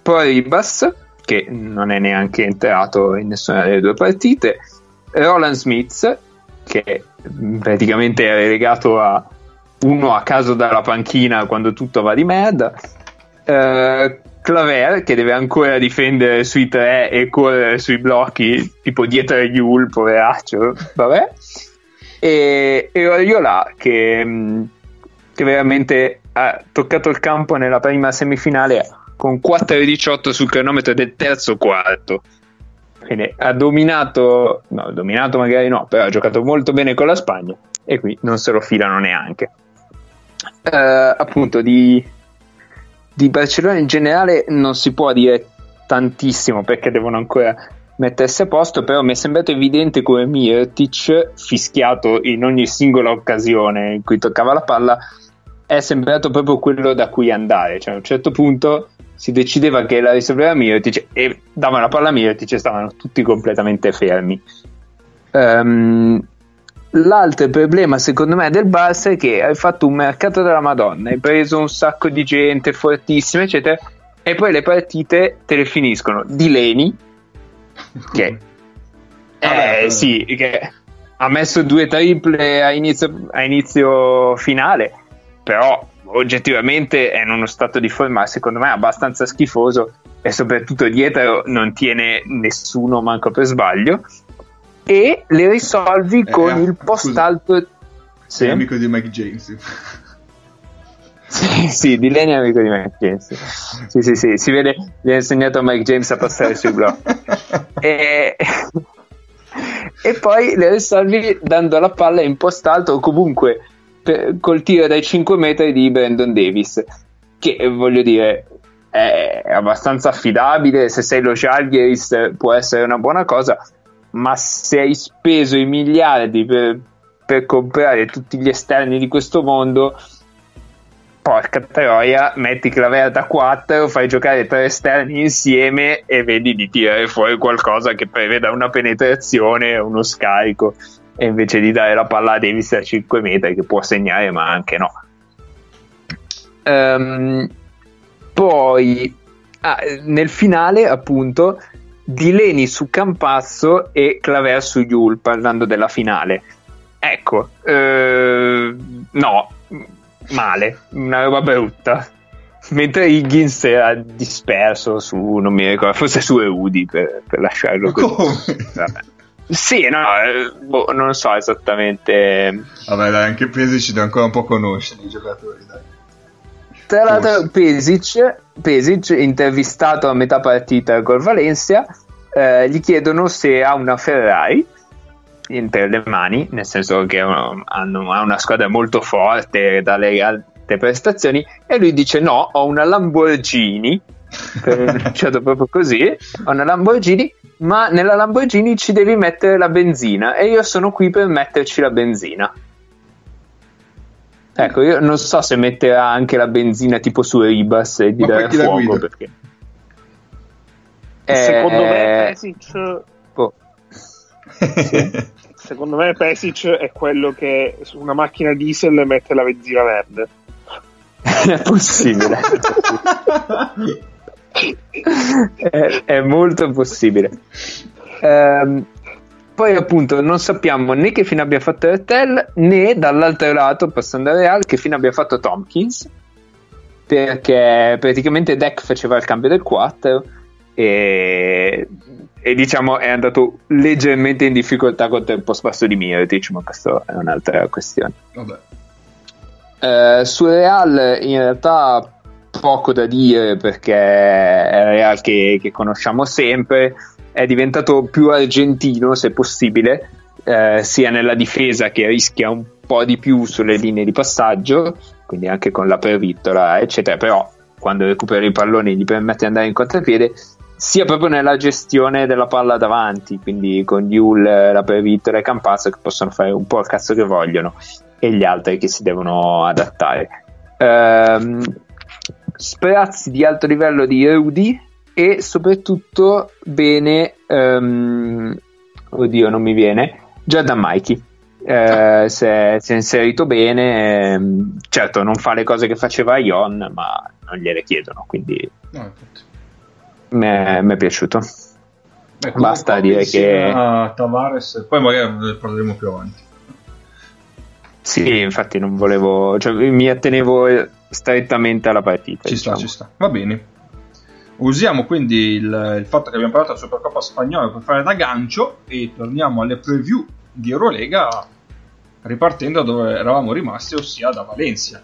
poi Ribas, che non è neanche entrato in nessuna delle due partite, Roland Smith, che praticamente è relegato a uno a caso dalla panchina quando tutto va di merda, eh, Claver, che deve ancora difendere sui tre e correre sui blocchi tipo dietro a Yul, poveraccio, vabbè, e, e Oriola che, che veramente ha toccato il campo nella prima semifinale con quattro virgola diciotto sul cronometro del terzo quarto. Quindi ha dominato, no, dominato magari no, però ha giocato molto bene con la Spagna e qui non se lo filano neanche. Uh, appunto di, di Barcellona in generale non si può dire tantissimo perché devono ancora mettersi a posto, però mi è sembrato evidente come Mirotic, fischiato in ogni singola occasione in cui toccava la palla, è sembrato proprio quello da cui andare. Cioè a un certo punto si decideva che la risolveva Mirotic e davano la palla a Mirotic e stavano tutti completamente fermi. Um, l'altro problema secondo me del Barça è che hai fatto un mercato della Madonna, hai preso un sacco di gente fortissima eccetera e poi le partite te le finiscono di Leni che, Vabbè, eh, sì, che ha messo due triple a inizio, a inizio finale, però oggettivamente è in uno stato di forma secondo me abbastanza schifoso e soprattutto dietro non tiene nessuno manco per sbaglio e le risolvi con eh, il post scusa. alto. Sì? È amico di Mike James. Sì, sì, di Leni è amico di Mike James. Sì, sì, sì, si vede, gli ha insegnato a Mike James a passare sui blocchi. E... e poi le risolvi dando la palla in post alto o comunque per, col tiro dai cinque metri di Brandon Davis, che voglio dire è abbastanza affidabile. Se sei lo Žalgiris può essere una buona cosa, ma se hai speso i miliardi per, per comprare tutti gli esterni di questo mondo, porca troia, metti Claver da quattro, fai giocare tre esterni insieme e vedi di tirare fuori qualcosa che preveda una penetrazione, uno scarico, e invece di dare la palla a Davis a cinque metri che può segnare ma anche no. Um, poi ah, nel finale appunto di Leni su Campazzo e Claver su Yul, parlando della finale, ecco, eh, no, male, una roba brutta, mentre Higgins era disperso su, non mi ricordo, forse su Eudi per, per lasciarlo così. Vabbè. Sì, no, eh, boh, non so esattamente. Vabbè dai, anche Pesic deve ancora un po' conoscere i giocatori, dai. Tra l'altro Pesic, Pesic intervistato a metà partita col Valencia, eh, gli chiedono se ha una Ferrari per le mani, nel senso che hanno, ha una squadra molto forte dalle alte prestazioni, e lui dice no, ho una Lamborghini, pronunciato proprio così, ho una Lamborghini, ma nella Lamborghini ci devi mettere la benzina e io sono qui per metterci la benzina. Ecco, io non so se metterà anche la benzina tipo su Ribas e di ma dare fuoco, perché secondo eh, me Pesic oh. sì. Secondo me Pesic è quello che su una macchina diesel mette la benzina verde. È possibile. è, è molto possibile. Ehm, poi appunto non sappiamo né che fine abbia fatto Ertel, né dall'altro lato, passando al Real, che fine abbia fatto Tompkins, perché praticamente Deck faceva il cambio del quattro e, e diciamo è andato leggermente in difficoltà contro il post basso di Mirotic, ma questa è un'altra questione. Vabbè. Eh, sul Real in realtà poco da dire, perché è il Real che, che conosciamo sempre, è diventato più argentino se possibile, eh, sia nella difesa che rischia un po' di più sulle linee di passaggio, quindi anche con la pervittola eccetera, però quando recupera i palloni gli permette di andare in contropiede, sia proprio nella gestione della palla davanti, quindi con Yul, la pervittola e Campazzo che possono fare un po' il cazzo che vogliono e gli altri che si devono adattare. ehm, sprazzi di alto livello di Rudy e soprattutto bene um, oddio non mi viene Jordan Mikey, eh, si, è, si è inserito bene, ehm, certo non fa le cose che faceva Ion, ma non gliele chiedono, quindi no, infatti. mi è piaciuto. Beh, basta dire che Tavares, poi magari ne parleremo più avanti. Sì, infatti non volevo, cioè mi attenevo strettamente alla partita. Ci diciamo. sta, ci sta, va bene. Usiamo quindi il, il fatto che abbiamo parlato della Supercoppa spagnola per fare da gancio e torniamo alle preview di Eurolega, ripartendo da dove eravamo rimasti, ossia da Valencia.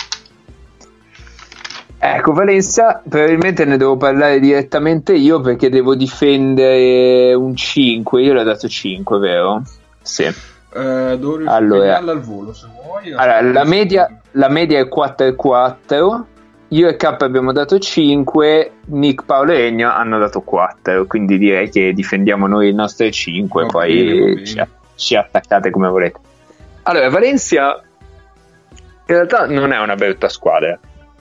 Ecco, Valencia, probabilmente ne devo parlare direttamente io perché devo difendere un cinque, io l'ho dato cinque, vero? Sì. Eh, devo allora, al volo se vuoi. Allora, la media, la media è quattro e quattro, io e K abbiamo dato cinque, Nick, Paolo e Egno hanno dato quattro, quindi direi che difendiamo noi il nostro cinque, va poi bene, ci, ci attaccate come volete. Allora, Valencia in realtà non è una brutta squadra.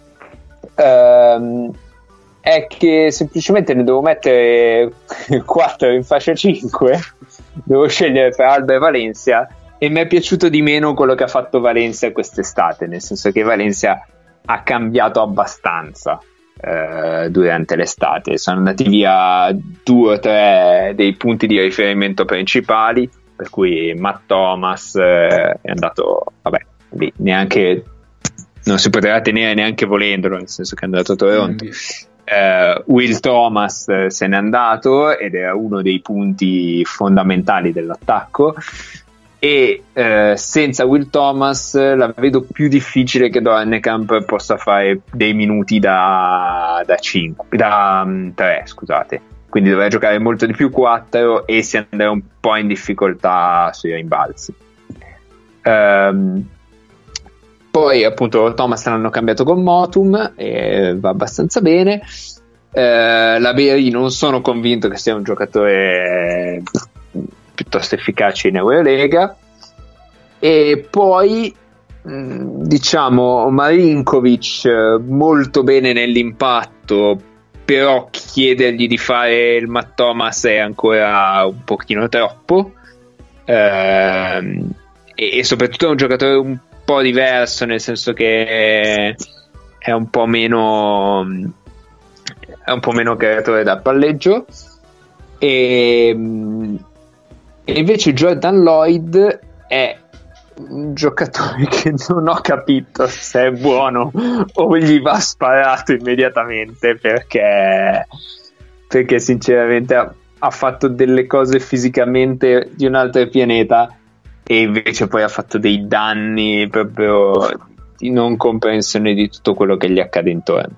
Uh, è che semplicemente ne devo mettere quattro in fascia cinque, devo scegliere tra Alba e Valencia, e mi è piaciuto di meno quello che ha fatto Valencia quest'estate, nel senso che Valencia ha cambiato abbastanza uh, durante l'estate, sono andati via due o tre dei punti di riferimento principali, per cui Matt Thomas uh, è andato, vabbè, lì neanche non si poteva tenere neanche volendolo, nel senso che è andato a Toronto. Uh, Will Thomas uh, se n'è andato ed era uno dei punti fondamentali dell'attacco, e uh, senza Will Thomas uh, la vedo più difficile che Doornekamp possa fare dei minuti da, da cinque, da um, tre, scusate, quindi doveva giocare molto di più quattro e si andava un po' in difficoltà sui rimbalzi. Um, Poi appunto Thomas l'hanno cambiato con Motum e va abbastanza bene. Eh, la Beri non sono convinto che sia un giocatore piuttosto efficace in Eurolega. E poi mh, diciamo Marinkovic molto bene nell'impatto, però chiedergli di fare il Matt Thomas è ancora un pochino troppo. Eh, e, e soprattutto è un giocatore un po' diverso, nel senso che è un po' meno è un po' meno creatore dal palleggio, e, e invece Jordan Lloyd è un giocatore che non ho capito se è buono o gli va sparato immediatamente, perché perché sinceramente ha, ha fatto delle cose fisicamente di un altro pianeta e invece poi ha fatto dei danni proprio di non comprensione di tutto quello che gli accade intorno.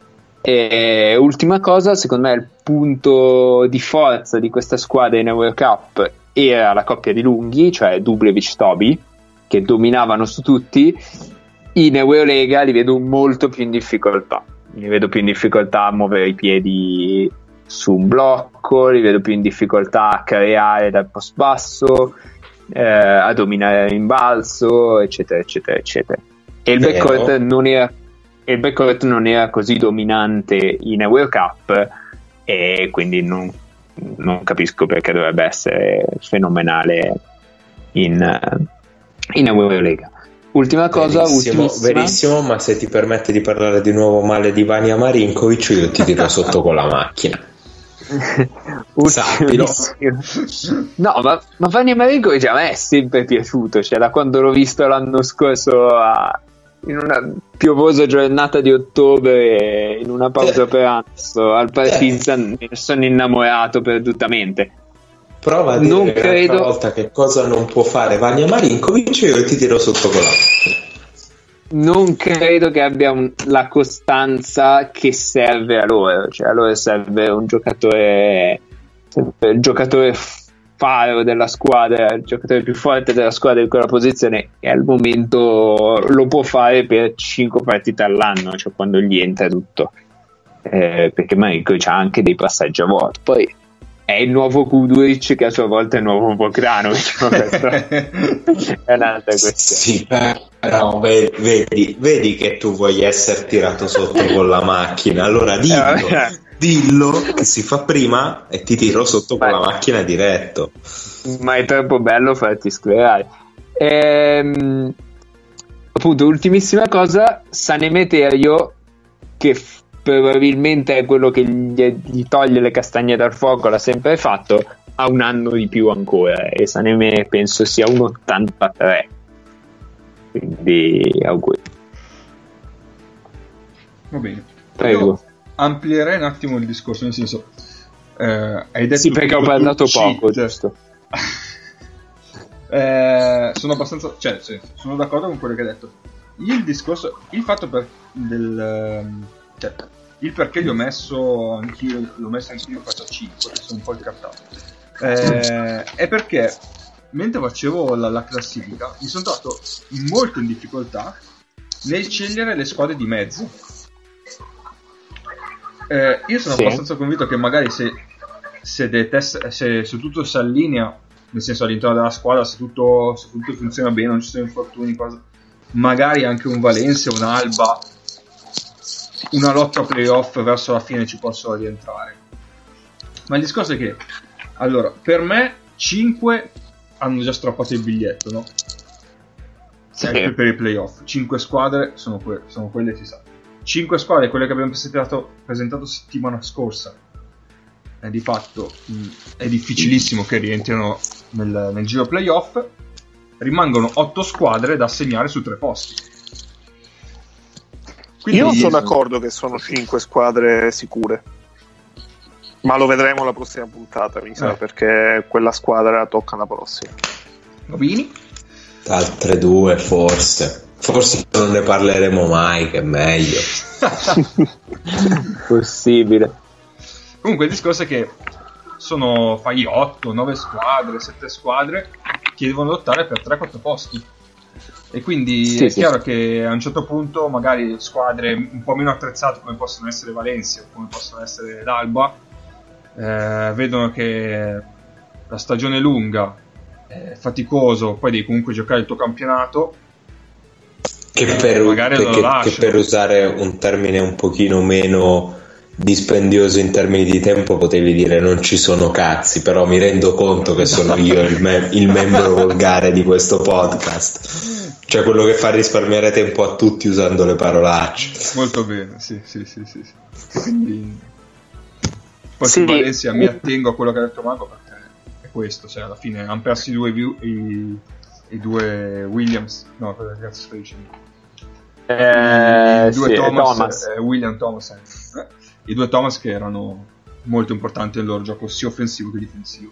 E ultima cosa, secondo me il punto di forza di questa squadra in Eurocup era la coppia di lunghi, cioè Dublevic-Tobi, che dominavano su tutti. In Eurolega li vedo molto più in difficoltà, li vedo più in difficoltà a muovere i piedi su un blocco, li vedo più in difficoltà a creare dal post basso, Eh, a dominare il rimbalzo, eccetera eccetera eccetera, e il backcourt non era il backcourt non era così dominante in Eurocup, e quindi non, non capisco perché dovrebbe essere fenomenale in, in Eurolega. Ultima cosa, verissimo, ultimissima. verissimo, ma se ti permette di parlare di nuovo male di Vania Marinkovic, io ti tiro sotto con la macchina. No, ma, ma Vania Marinkovic a me è sempre piaciuto, cioè da quando l'ho visto l'anno scorso a, in una piovosa giornata di ottobre, in una pausa pranzo al Partizan, me ne sono innamorato perdutamente. Prova a dire non credo... un'altra volta che cosa non può fare Vania Marinkovic, io ti tiro sotto con la macchina. Non credo che abbia un, la costanza che serve a loro, cioè a loro serve un giocatore il giocatore faro della squadra, il giocatore più forte della squadra in quella posizione, e al momento lo può fare per cinque partite all'anno, cioè quando gli entra tutto, eh, perché Marinkovic ha anche dei passaggi a vuoto. Poi è il nuovo Kuduric che a sua volta è il nuovo Bogdanovic, è un'altra questione. Sì, però vedi, vedi che tu vuoi essere tirato sotto con la macchina, allora dillo, dillo che si fa prima e ti tiro sotto con la macchina diretto. Ma è troppo bello farti sclerare. Ehm, appunto, ultimissima cosa, Sanemeterio, che f- probabilmente è quello che gli, gli toglie le castagne dal fuoco, l'ha sempre fatto, ha un anno di più ancora, e Sané penso sia un ottantatré, quindi auguri. Va bene. Prego. Io amplierei un attimo il discorso, nel senso, eh, hai detto sì, perché ho parlato poco, cheat. Giusto. eh, sono abbastanza, cioè, sì, sono d'accordo con quello che hai detto. Il discorso, il fatto per del, cioè, il perché gli ho messo anch'io, l'ho messo anch'io faccio cinque, sono un po' incartato, eh, è perché mentre facevo la, la classifica mi sono trovato molto in difficoltà nel scegliere le squadre di mezzo. Eh, io sono sì. abbastanza convinto che magari se se, detest- se se tutto si allinea, nel senso all'interno della squadra, se tutto, se tutto funziona bene, non ci sono infortuni, cosa, magari anche un Valencia, un Alba, una lotta playoff verso la fine ci possono rientrare. Ma il discorso è che, allora, per me cinque hanno già strappato il biglietto, no? Sì. Anche per i playoff cinque squadre sono, que- sono quelle, si sa. cinque squadre, quelle che abbiamo presentato, presentato settimana scorsa, eh, di fatto mh, è difficilissimo che rientrino nel, nel giro playoff. Rimangono otto squadre da assegnare su tre posti. Quindi io sono d'accordo che sono cinque squadre sicure, ma lo vedremo la prossima puntata, mi sa, eh. perché quella squadra tocca la prossima. Robini? Altre due forse. Forse non ne parleremo mai, che è meglio. Possibile. Comunque il discorso è che sono fai otto, nove squadre, sette squadre che devono lottare per tre quattro posti. E quindi sì, è sì. chiaro che a un certo punto magari squadre un po' meno attrezzate come possono essere Valencia o come possono essere l'Alba eh, vedono che la stagione è lunga, è faticoso, poi devi comunque giocare il tuo campionato. Che per, perché, che per usare un termine un pochino meno dispendioso in termini di tempo potevi dire non ci sono cazzi, però mi rendo conto che sono io il, me- il membro volgare di questo podcast, cioè quello che fa risparmiare tempo a tutti usando le parolacce. Molto bene, sì, sì, sì, sì, sì. Quindi poi sì. Valencia mi attengo a quello che ha detto Marco, perché è questo, cioè alla fine hanno perso i due, i, i due Williams, no, ragazzi, sto dicendo Eh, i due sì, Thomas, Thomas. Eh, William Thomas eh, i due Thomas che erano molto importanti nel loro gioco sia offensivo che difensivo.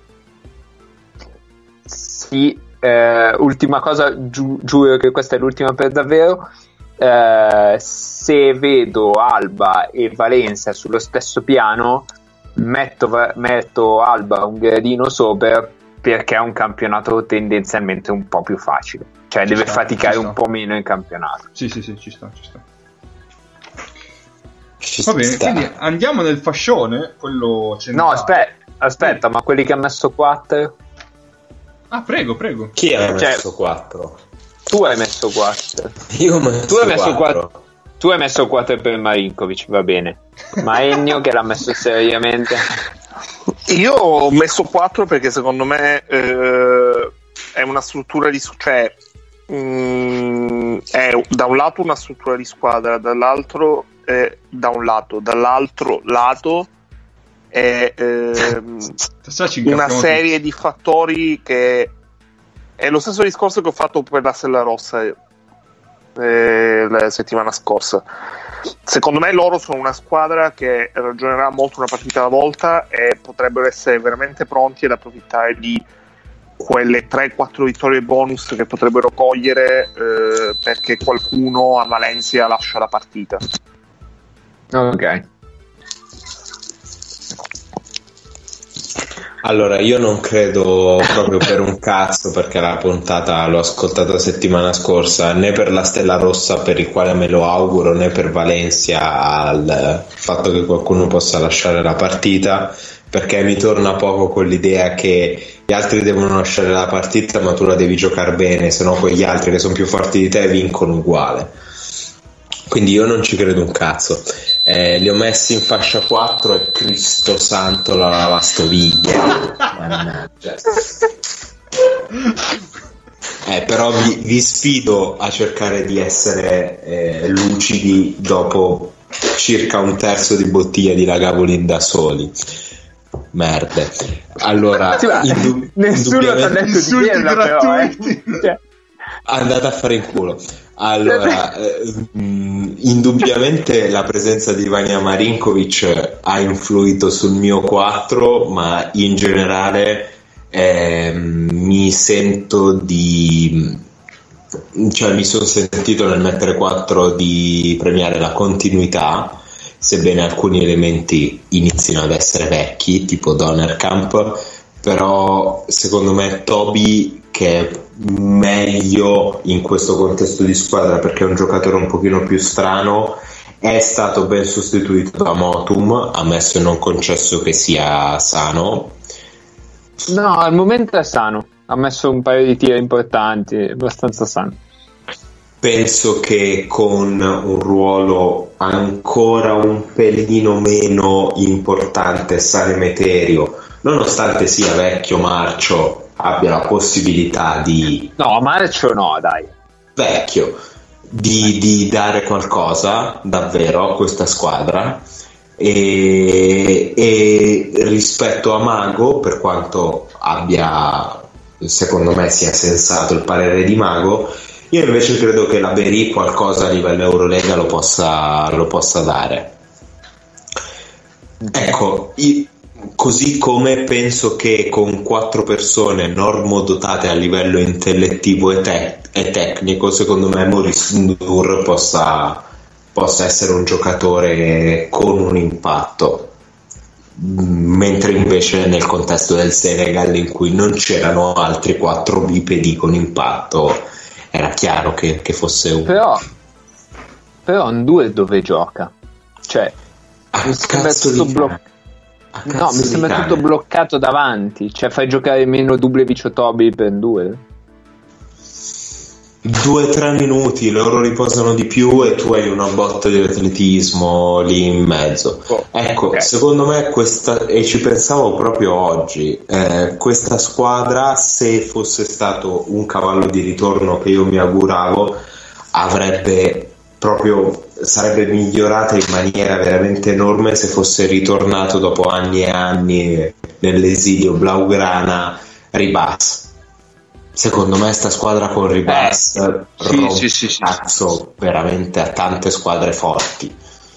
Sì, eh, ultima cosa, giu- giuro che questa è l'ultima per davvero, eh, se vedo Alba e Valencia sullo stesso piano metto, metto Alba un gradino sopra, perché è un campionato tendenzialmente un po' più facile, cioè ci deve sta, faticare un po' meno in campionato. Sì, sì, sì, ci sta, ci sta. Ci Va bene, sta. quindi andiamo nel fascione, quello centrale. No, aspetta, aspetta, ma quelli che ha messo quattro? Ah, prego, prego. Chi ha Cioè, messo quattro? Tu hai messo quattro. Io ho messo tu hai messo quattro. Tu hai messo quattro per Marinkovic, va bene. Ma Ennio che l'ha messo seriamente. Io ho messo quattro perché secondo me eh, è una struttura di, cioè mh, è da un lato una struttura di squadra, dall'altro eh, da un lato, dall'altro lato è eh, una serie di fattori che è lo stesso discorso che ho fatto per la Stella Rossa eh, la settimana scorsa. Secondo me loro sono una squadra che ragionerà molto una partita alla volta e potrebbero essere veramente pronti ad approfittare di quelle tre quattro vittorie bonus che potrebbero cogliere eh, perché qualcuno a Valencia lascia la partita. Ok. Allora, io non credo proprio per un cazzo, perché la puntata l'ho ascoltata settimana scorsa, né per la Stella Rossa, per il quale me lo auguro, né per Valencia al fatto che qualcuno possa lasciare la partita, perché mi torna poco con l'idea che gli altri devono lasciare la partita ma tu la devi giocare bene, se no quegli altri che sono più forti di te vincono uguale. Quindi io non ci credo un cazzo. Eh, li ho messi in fascia quattro e Cristo santo la lavastoviglie. Mannaggia. Eh, però vi, vi sfido a cercare di essere eh, lucidi dopo circa un terzo di bottiglia di Lagavulin da soli. Merde. Allora, sì, indu- nessuno ti ha detto di dirla, però, eh. Cioè. Andate a fare in culo. Allora, eh, indubbiamente la presenza di Vanja Marinkovic ha influito sul mio quattro, ma in generale eh, mi sento di cioè mi sono sentito nel mettere quattro di premiare la continuità, sebbene alcuni elementi inizino ad essere vecchi, tipo Donnerkamp, però secondo me Toby, che è meglio in questo contesto di squadra perché è un giocatore un pochino più strano, è stato ben sostituito da Motum, ammesso e non concesso che sia sano. No, al momento è sano, ha messo un paio di tiri importanti, abbastanza sano. Penso che con un ruolo ancora un pelino meno importante San Emeterio, nonostante sia vecchio marcio, abbia la possibilità di... No, marcio no, dai. Vecchio, di, di dare qualcosa davvero a questa squadra. E, e rispetto a Mago, per quanto abbia, secondo me sia sensato il parere di Mago, io invece credo che la Berry qualcosa a livello Eurolega lo possa, lo possa dare. Ecco, io, così come penso che con quattro persone normodotate a livello intellettivo e, te- e tecnico, secondo me Maurice Ndour possa, possa essere un giocatore con un impatto, mentre invece nel contesto del Senegal, in cui non c'erano altri quattro bipedi con impatto, era chiaro che, che fosse un... Però, però Ndour dove gioca? Cioè, a mi sembra cazzo tutto di bloccato. cane. No, mi sembra cane. tutto bloccato davanti. Cioè, fai giocare meno Dublevic o Toby per Ndour? Due o tre minuti, loro riposano di più e tu hai una botta di atletismo lì in mezzo. Oh, ecco, okay. Secondo me questa, e ci pensavo proprio oggi, eh, questa squadra, se fosse stato un cavallo di ritorno che io mi auguravo, avrebbe proprio sarebbe migliorata in maniera veramente enorme se fosse ritornato dopo anni e anni nell'esilio blaugrana Ribas. Secondo me sta squadra con Ribas eh, sì, rompe sì, sì, sì, cazzo sì. veramente a tante squadre forti.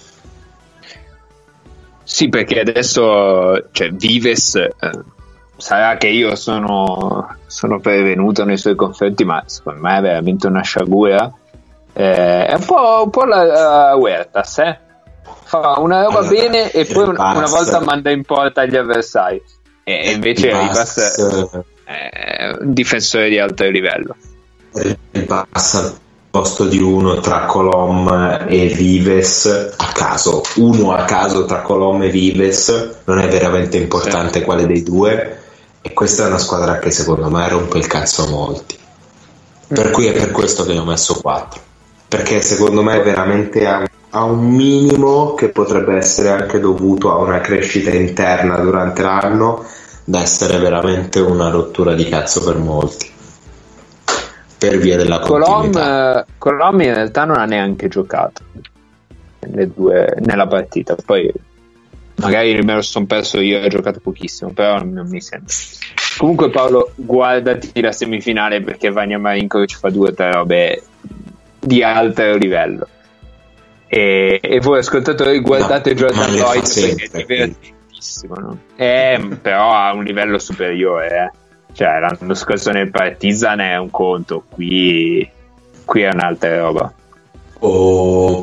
Sì, perché adesso cioè, Vives eh, sarà che io sono, sono prevenuto nei suoi confronti, ma secondo me è veramente una sciagura. Eh, è un po', un po' la uh, Huertas, eh? Fa una roba allora, bene e poi una, una volta manda in porta gli avversari, e invece Ribas è un difensore di alto livello. Passa al posto di uno tra Colom e Vives a caso, uno a caso tra Colom e Vives, non è veramente importante sì. Quale dei due, e questa è una squadra che secondo me rompe il cazzo a molti, per cui è per questo che ne ho messo quattro, perché secondo me è veramente a, a un minimo che potrebbe essere anche dovuto a una crescita interna durante l'anno, da essere veramente una rottura di cazzo per molti, per via della continuità. Colom in realtà non ha neanche giocato nelle due, nella partita, poi magari me lo sono perso io, ho giocato pochissimo, però non mi sembra. Comunque Paolo, guardati la semifinale, perché Vanja Marinkovic fa due o tre robe di alto livello, e, e voi ascoltatori guardate no, Jordan Lloyd perché è divertente. No? Eh, però a un livello superiore, eh. Cioè l'anno scorso nel Partizan è un conto, qui qui è un'altra roba. Oh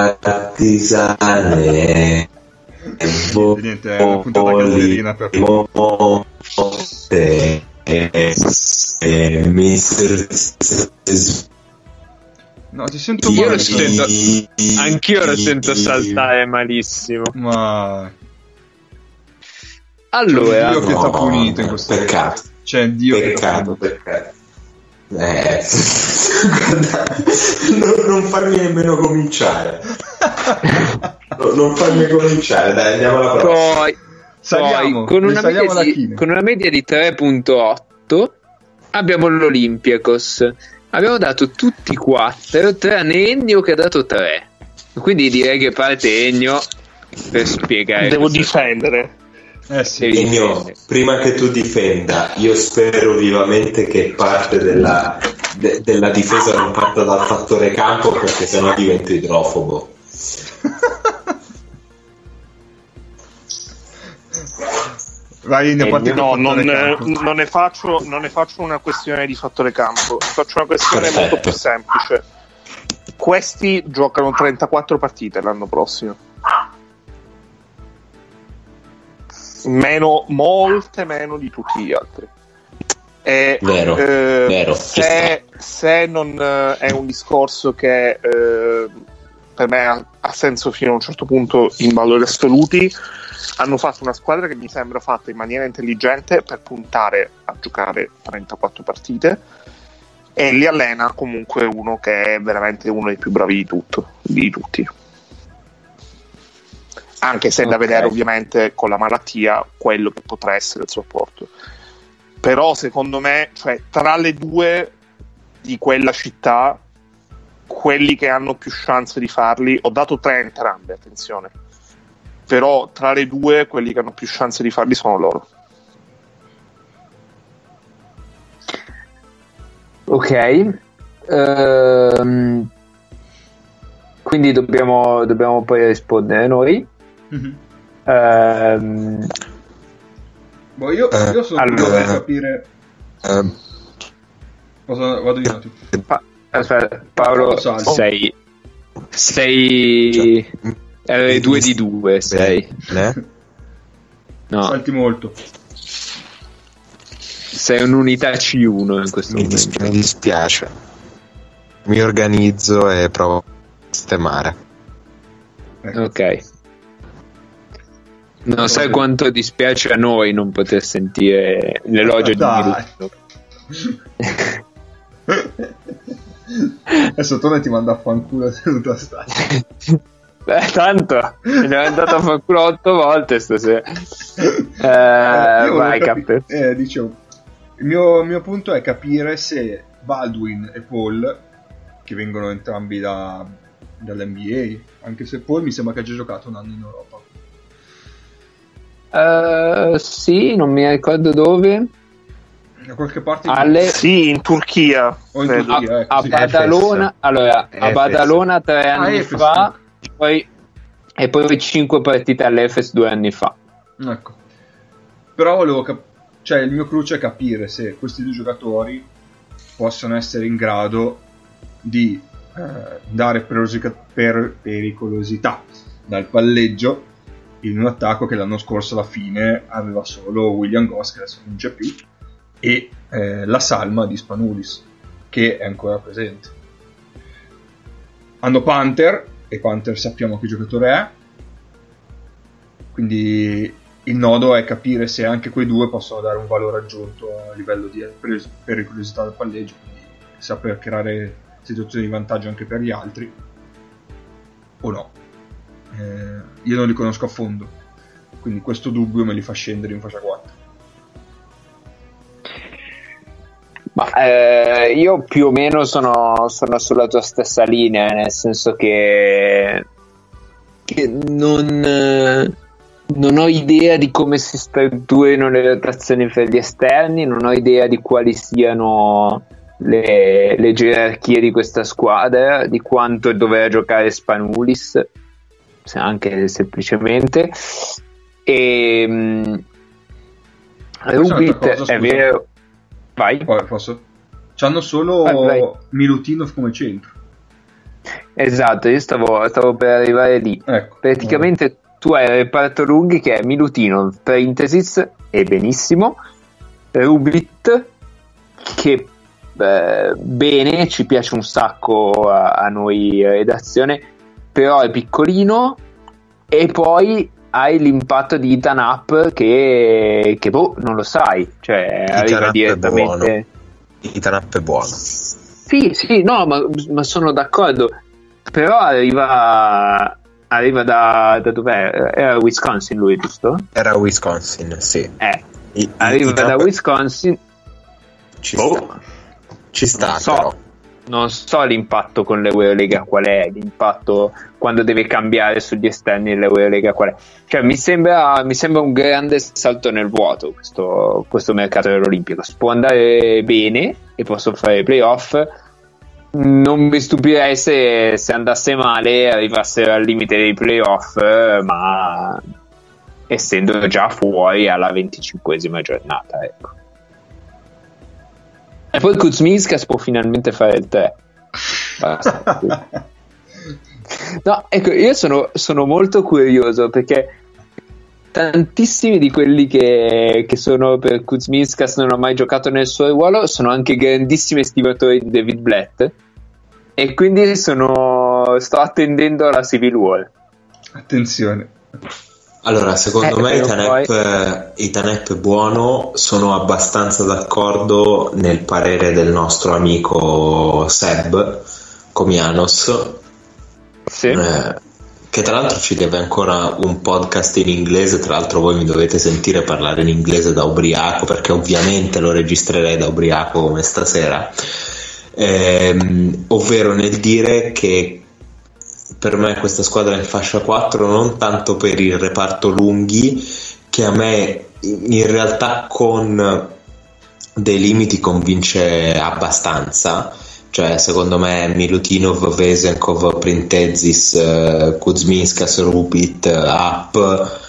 Partizane, bo- niente, è una puntata caserina per bo- eh, eh, eh, mister No, ti sento io male. Lo sento, anch'io lo sento saltare malissimo. Ma allora, Dio che no, t'ha punito in questo peccato. C'è Dio peccato, che peccato. Eh, guarda, non, non farmi nemmeno cominciare. No, non farmi cominciare, dai, andiamo alla prossima. Poi, saliamo, poi con, una media di, con una media di tre virgola otto abbiamo l'Olympiakos. Abbiamo dato tutti quattro, tranne Ennio che ha dato tre. Quindi direi che parte Ennio per spiegare. Devo difendere. Eh sì. Ennio, prima che tu difenda, io spero vivamente che parte della, de, della difesa non parta dal fattore campo, perché sennò divento idrofobo. Vai, ne Eh, no, non, non, ne faccio, non ne faccio una questione di fattore campo, faccio una questione Perfetto. molto più semplice. Questi giocano trentaquattro partite l'anno prossimo, meno, molte meno di tutti gli altri. E, Vero, eh, vero. Se, se non eh, è un discorso che eh, per me ha, ha senso fino a un certo punto in valori assoluti, hanno fatto una squadra che mi sembra fatta in maniera intelligente per puntare a giocare trentaquattro partite, e li allena comunque uno che è veramente uno dei più bravi di tutto, di tutti. Anche se è da Okay. vedere ovviamente con la malattia quello che potrà essere il suo apporto. Però secondo me, cioè, tra le due di quella città, quelli che hanno più chance di farli, ho dato tre a entrambe, attenzione, però tra le due quelli che hanno più chance di farli sono loro. Ok, ehm, quindi dobbiamo, dobbiamo poi rispondere noi. Mm-hmm. Ehm, Boh, io, Eh, io sono allora- curioso di capire Eh, cosa vado io. Tu. pa- aspetta, Paolo, Paolo Salvi. sei, sei, cioè, eh, due di due, sei, bene. no, Salti molto. sei un'unità C uno in questo Mi, dis- momento. mi dispiace. Mi organizzo e provo a sistemare. Ecco. Ok. Non sai quanto dispiace a noi non poter sentire l'elogio di Dai. Milano. Adesso torna e ti manda a fanculo seduto a stare. Beh, tanto mi è andato a fare culo otto volte stasera. Eh, Io volevo vai, capi- Cappe. eh, dicevo, il mio, il mio punto è capire se Baldwin e Paul, che vengono entrambi da, dall'N B A, anche se Paul mi sembra che abbia giocato un anno in Europa. Eh, sì, non mi ricordo dove. Da qualche parte in- Alle, Sì, in Turchia. o in credo. Turchia, a, ecco, a sì. Badalona, allora, a Efes. Badalona tre Ah, anni Efes, fa, poi, e poi cinque partite all'Efes due anni fa. Ecco. Però volevo cap- cioè il mio cruce è capire se questi due giocatori possono essere in grado di eh, dare perosica- per- pericolosità dal palleggio in un attacco che l'anno scorso alla fine aveva solo William Goss, che adesso non c'è più, e eh, la salma di Spanulis, che è ancora presente. Hanno Panther, e Panther sappiamo che giocatore è, quindi il nodo è capire se anche quei due possono dare un valore aggiunto a livello di per- pericolosità del palleggio, quindi saper creare situazioni di vantaggio anche per gli altri, o no. Eh, io non li conosco a fondo, quindi questo dubbio me li fa scendere in fascia quattro. Ma eh, io più o meno sono, sono sulla tua stessa linea, nel senso che, che non, eh, non ho idea di come si strutturino le rotazioni per gli esterni, non ho idea di quali siano le, le gerarchie di questa squadra, di quanto dovrà giocare Spanulis, se anche semplicemente. E mh, Rubit un'altra cosa, è scusa. vero. Vai. Poi posso? C'hanno solo Vai, vai. Milutinov come centro. Esatto, io stavo, stavo per arrivare lì. Ecco. Praticamente tu hai il reparto lunghi che è Milutinov, Parenthesis, e benissimo, Rubit, che eh, bene, ci piace un sacco a, a noi redazione, però è piccolino, e poi hai l'impatto di Ethan Up che, che boh, non lo sai, cioè arriva Up è direttamente. Ethan Up è buono. Sì, sì, no, ma, ma sono d'accordo, però arriva arriva da, da dov'è? Era Wisconsin lui, giusto? Era Wisconsin, sì. Eh, I- arriva Ethan da Up Wisconsin. Ci Boh. sta. Ci sta, Non so. però. non so l'impatto con l'Eurolega qual è, l'impatto quando deve cambiare sugli esterni dell'Eurolega qual è. Cioè mi sembra, mi sembra un grande salto nel vuoto questo, questo mercato olimpico. Può andare bene e possono fare playoff. Non mi stupirei se, se andasse male, arrivassero al limite dei playoff, ma essendo già fuori alla venticinquesima giornata, ecco. E poi Kuzminskas può finalmente fare il tre. Basta. No, ecco, io sono, sono molto curioso perché tantissimi di quelli che, che sono per Kuzminskas non hanno mai giocato nel suo ruolo sono anche grandissimi estimatori di David Blatt, e quindi sono, sto attendendo la Civil War. Attenzione. Allora, secondo eh, me Itanep, poi... Itanep è buono, sono abbastanza d'accordo nel parere del nostro amico Seb Comianos, sì. eh, che tra l'altro ci deve ancora un podcast in inglese. Tra l'altro voi mi dovete sentire parlare in inglese da ubriaco, perché ovviamente lo registrerei da ubriaco come stasera, ehm, ovvero nel dire che per me questa squadra in fascia quattro, non tanto per il reparto lunghi, che a me in realtà con dei limiti convince abbastanza. Cioè secondo me Milutinov, Vesenkov, Printezis, Kuzminskas, Rupit, Up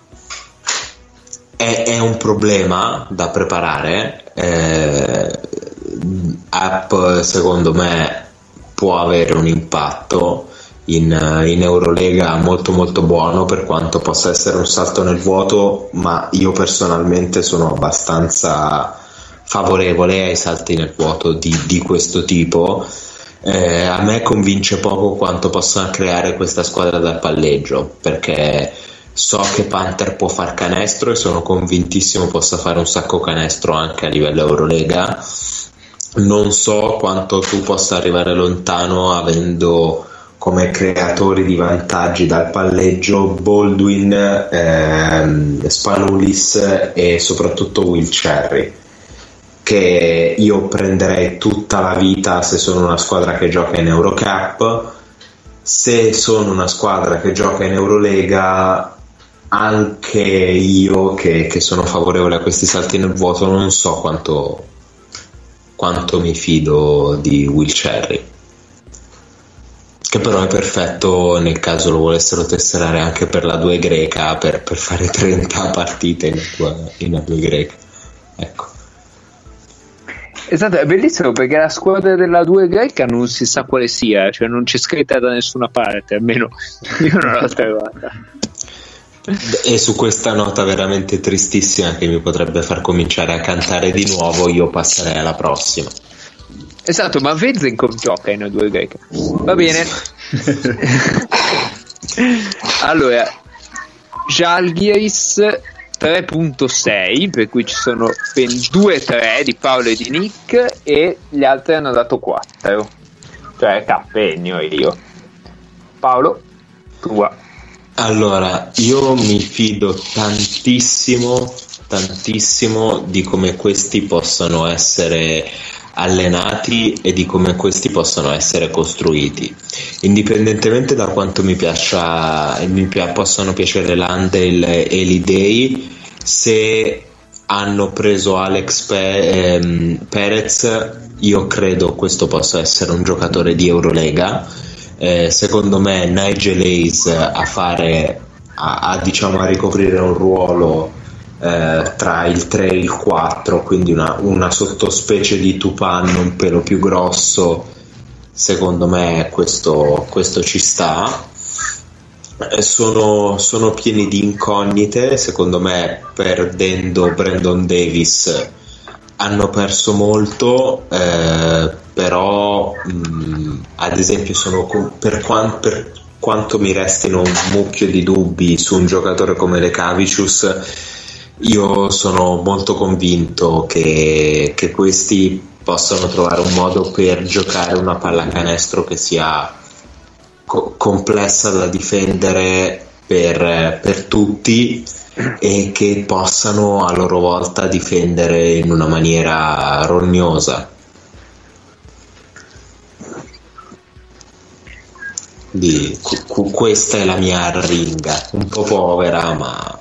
è, è un problema da preparare. eh, Up secondo me può avere un impatto in, in Eurolega molto molto buono, per quanto possa essere un salto nel vuoto, ma io personalmente sono abbastanza favorevole ai salti nel vuoto di, di questo tipo. Eh, a me convince poco quanto possa creare questa squadra dal palleggio, perché so che Panther può far canestro e sono convintissimo possa fare un sacco canestro anche a livello Eurolega. Non so quanto tu possa arrivare lontano avendo come creatori di vantaggi dal palleggio Baldwin, ehm, Spanulis e soprattutto Will Cherry, che io prenderei tutta la vita se sono una squadra che gioca in Eurocup. Se sono una squadra che gioca in Eurolega, anche io che, che sono favorevole a questi salti nel vuoto, non so quanto, quanto mi fido di Will Cherry, che però è perfetto nel caso lo volessero tesserare anche per la due greca, per, per fare trenta partite in, in A due greca, ecco. Esatto, è bellissimo perché la squadra della due greca non si sa quale sia, cioè non c'è scritta da nessuna parte, almeno io non l'ho trovata. E su questa nota veramente tristissima che mi potrebbe far cominciare a cantare di nuovo, io passerei alla prossima. Esatto, ma Vezenkov gioca in A due greca. Va bene. Allora, Žalgiris tre virgola sei, per cui ci sono ben due tre di Paolo e di Nick, e gli altri hanno dato quattro, cioè K e Ennio e io. Paolo, tua. Allora, io mi fido tantissimo, tantissimo di come questi possano essere allenati e di come questi possano essere costruiti, indipendentemente da quanto mi piaccia, mi pi- possano piacere Landale e l'Idei. Se hanno preso Alex Pe- ehm, Perez, io credo questo possa essere un giocatore di Eurolega. Eh, secondo me Nigel Hayes a fare a, a diciamo a ricoprire un ruolo Eh, tra il tre e il quattro, quindi una, una sottospecie di Tupan un pelo più grosso, secondo me questo, questo ci sta. Eh, sono, sono pieni di incognite, secondo me perdendo Brandon Davis hanno perso molto, eh, però mh, ad esempio sono per, quant, per quanto mi restino un mucchio di dubbi su un giocatore come Lekavicius, io sono molto convinto che, che questi possano trovare un modo per giocare una pallacanestro che sia co- complessa da difendere per, per tutti e che possano a loro volta difendere in una maniera rognosa. di cu- questa è la mia arringa, un po' povera, ma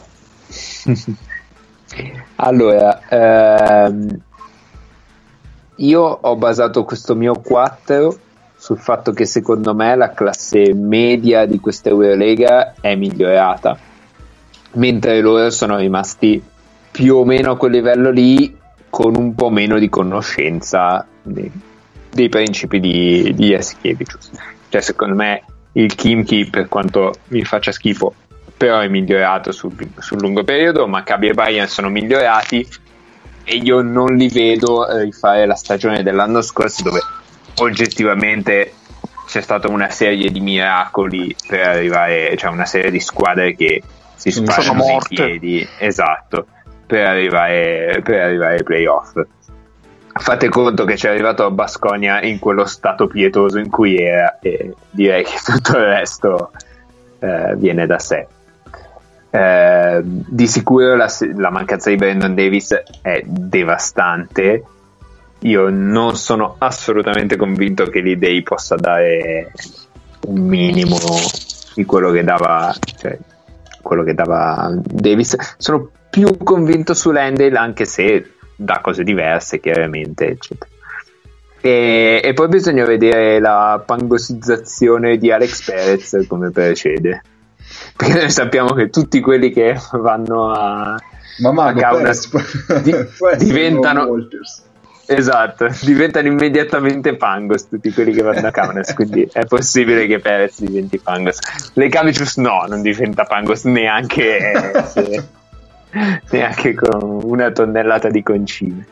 allora ehm, io ho basato questo mio quattro sul fatto che secondo me la classe media di questa Eurolega è migliorata, mentre loro sono rimasti più o meno a quel livello lì, con un po' meno di conoscenza dei, dei principi di, di Jasikevičius. Cioè, secondo me il Khimki, per quanto mi faccia schifo, però è migliorato sul, sul lungo periodo. Maccabi e Bayern sono migliorati e io non li vedo rifare la stagione dell'anno scorso, dove oggettivamente c'è stata una serie di miracoli per arrivare, cioè una serie di squadre che si sparano nei piedi, esatto, per arrivare per arrivare ai playoff. Fate conto che c'è arrivato a Baskonia in quello stato pietoso in cui era, e direi che tutto il resto eh, viene da sé. Eh, di sicuro la, la mancanza di Brandon Davis è devastante. Io non sono assolutamente convinto che l'I D E possa dare un minimo di quello che dava, cioè, quello che dava Davis. Sono più convinto su Landale, anche se da cose diverse chiaramente, eccetera. E, e poi bisogna vedere la pangosizzazione di Alex Perez come procede, perché noi sappiamo che tutti quelli che vanno a, ma a Kaunas di, diventano esatto, diventano immediatamente Pangos tutti quelli che vanno a Kaunas, quindi è possibile che Perez diventi Pangos. Lekavicius no, non diventa Pangos neanche eh, se, neanche con una tonnellata di concime.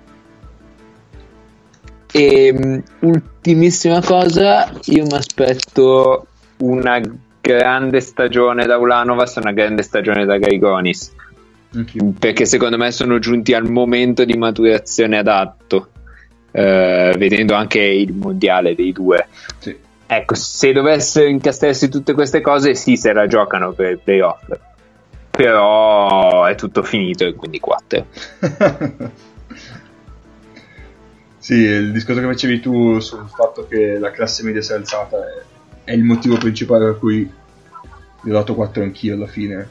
E ultimissima cosa, io mi aspetto una grande stagione da Ulanovas, una grande stagione da Grigonis, okay, perché secondo me sono giunti al momento di maturazione adatto, eh, vedendo anche il mondiale dei due. Sì. Ecco, se dovessero incastarsi tutte queste cose, sì, se la giocano per il playoff, però è tutto finito e quindi quattro. Sì, il discorso che facevi tu sul fatto che la classe media si è alzata è, è il motivo principale per cui gli ho dato quattro anch'io alla fine.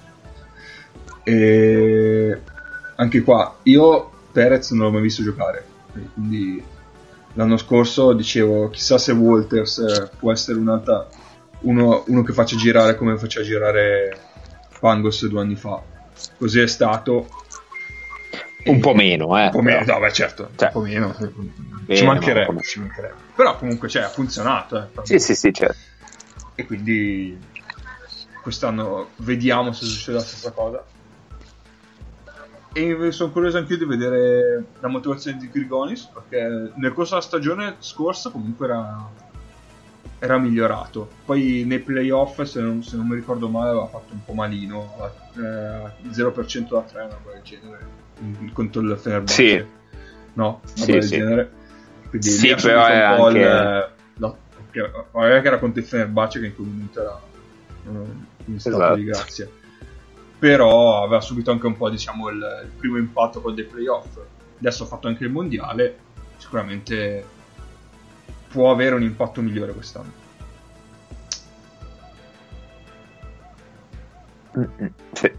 E anche qua io Perez non l'ho mai visto giocare, quindi l'anno scorso dicevo chissà se Walters può essere un'altra uno, uno che faccia girare come faceva girare Pangos due anni fa. Così è stato. Un e po' meno, eh. Un po' meno, no, beh, certo, cioè, un po' meno. Bene, ci, mancherebbe, no, ci mancherebbe. Però comunque, cioè, ha funzionato. Eh, sì, sì, sì, certo. E quindi quest'anno vediamo se succede la stessa cosa. E sono curioso anche io di vedere la motivazione di Grigonis, perché nel corso della stagione scorsa comunque era, era migliorato. Poi nei playoff, se non, se non mi ricordo male, aveva fatto un po' malino, eh, il zero per cento da tre, una cosa del genere, contro il Fenerbahce. Sì. No? Una sì, del sì. genere. Quindi sì, lì però è un po' anche... il, no, magari che era contro il Fenerbahce, che in quel momento era in stato esatto. di grazia. Però aveva subito anche un po', diciamo, il, il primo impatto con dei playoff. Adesso ha fatto anche il mondiale, sicuramente può avere un impatto migliore quest'anno. Mm-hmm. Sì.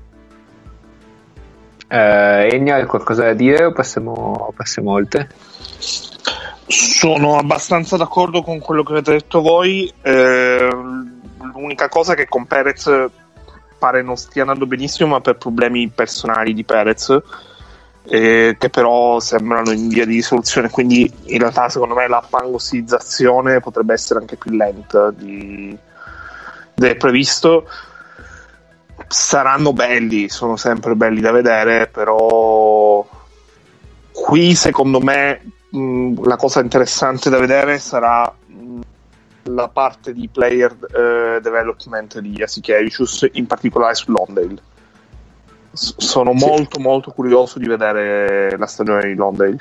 Uh, Ennio, hai qualcosa da dire o passiamo, passiamo oltre? Sono abbastanza d'accordo con quello che avete detto voi. Eh, l'unica cosa è che con Perez pare non stia andando benissimo, ma per problemi personali di Perez, eh, che però sembrano in via di risoluzione, quindi in realtà secondo me la pangosizzazione potrebbe essere anche più lenta di... del previsto. Saranno belli, sono sempre belli da vedere, però qui secondo me mh, la cosa interessante da vedere sarà mh, la parte di player uh, development di Jasikevičius, in particolare su Londale. S- sono sì. molto molto curioso di vedere la stagione di Londale,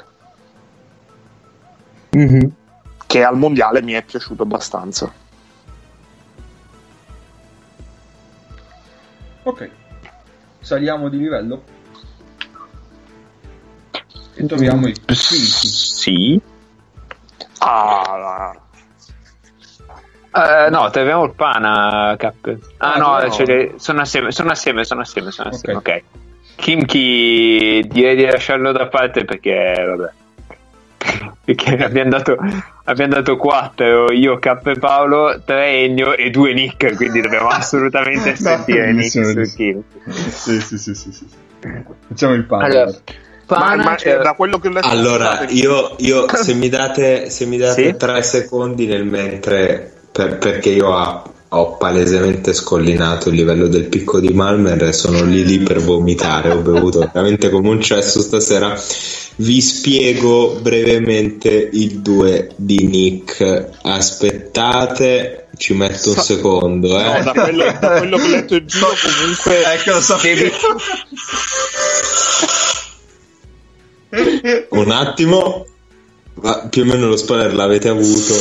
mm-hmm. che al mondiale mi è piaciuto abbastanza. Ok, saliamo di livello e troviamo i quinti. Sì. Ah, Uh, no, troviamo il Pana, Cap. Ah, Ah, no, no. ce le- sono assieme, sono assieme, sono assieme, sono assieme, Ok. ok. Kimchi direi di lasciarlo da parte perché, vabbè. Perché abbiamo dato, abbiamo dato quattro, io, Cap e Paolo, tre Ennio e due Nick, quindi dobbiamo assolutamente No, sentire Nick bellissimo, su bellissimo. Kimchi. Sì, sì, sì, sì, sì. Facciamo il Pana. Allora, Pana, ma, ma, cioè- eh, da quello che ho letto, Allora, scusate, io, io se mi date, se mi date Sì? tre secondi nel mentre, per- perché io ho, ho palesemente scollinato il livello del picco di Malmer e sono lì lì per vomitare, ho bevuto veramente come un cesso stasera. Vi spiego brevemente i due di Nick. Aspettate, ci metto un Sa- secondo, eh. no, da quello, da quello che ho letto in giro comunque Ecco, lo sapevo. Un attimo. Ma più o meno lo spoiler l'avete avuto.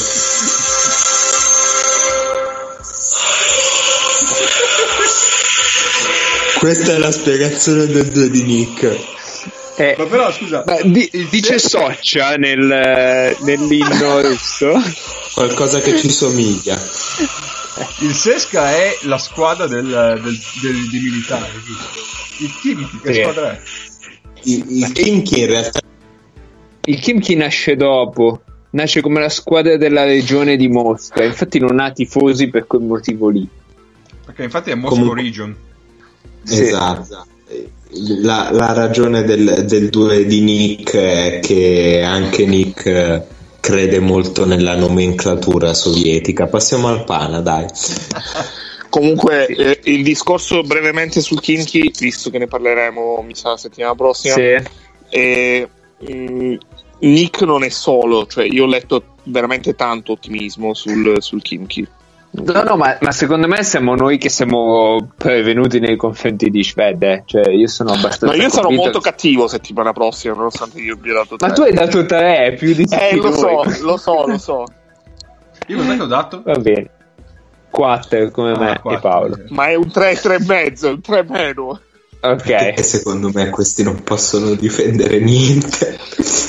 Questa è la spiegazione del due di Nick. eh, Ma però, scusa, ma di- il dice se- Soccia nel, nell'inno russo. Qualcosa che ci somiglia. il Sesca è la squadra del, del, del- dei militari, giusto? Il Kimchi, che Sì. squadra è? Il, il Kimchi in realtà Il Kimchi nasce dopo, nasce come la squadra della regione di Mosca, infatti non ha tifosi per quel motivo lì. Perché infatti è Moscow Comunque- Region. Sì. esatto. La, la ragione del, del due di Nick è che anche Nick eh, crede molto nella nomenclatura sovietica. Passiamo al Pana, dai. comunque eh, il discorso brevemente sul Kimchi, visto che ne parleremo mi sa la settimana prossima. Sì. E, mh, Nick non è solo, cioè io ho letto veramente tanto ottimismo sul, sul Kimchi. No, no, ma, ma secondo me siamo noi che siamo prevenuti nei confronti di Shved, eh. Cioè io sono abbastanza No, io sarò convinto- molto cattivo settimana prossima, nonostante io abbia dato Ma tre. tu hai dato tre, più di tutti Eh, lo so, noi. lo so, lo so. Io cos'è che ho dato? Va bene. Quattro come Ah, me e quattro, Paolo. sì. Ma è un tre, tre e mezzo, un tre meno. Ok. E secondo me questi non possono difendere niente.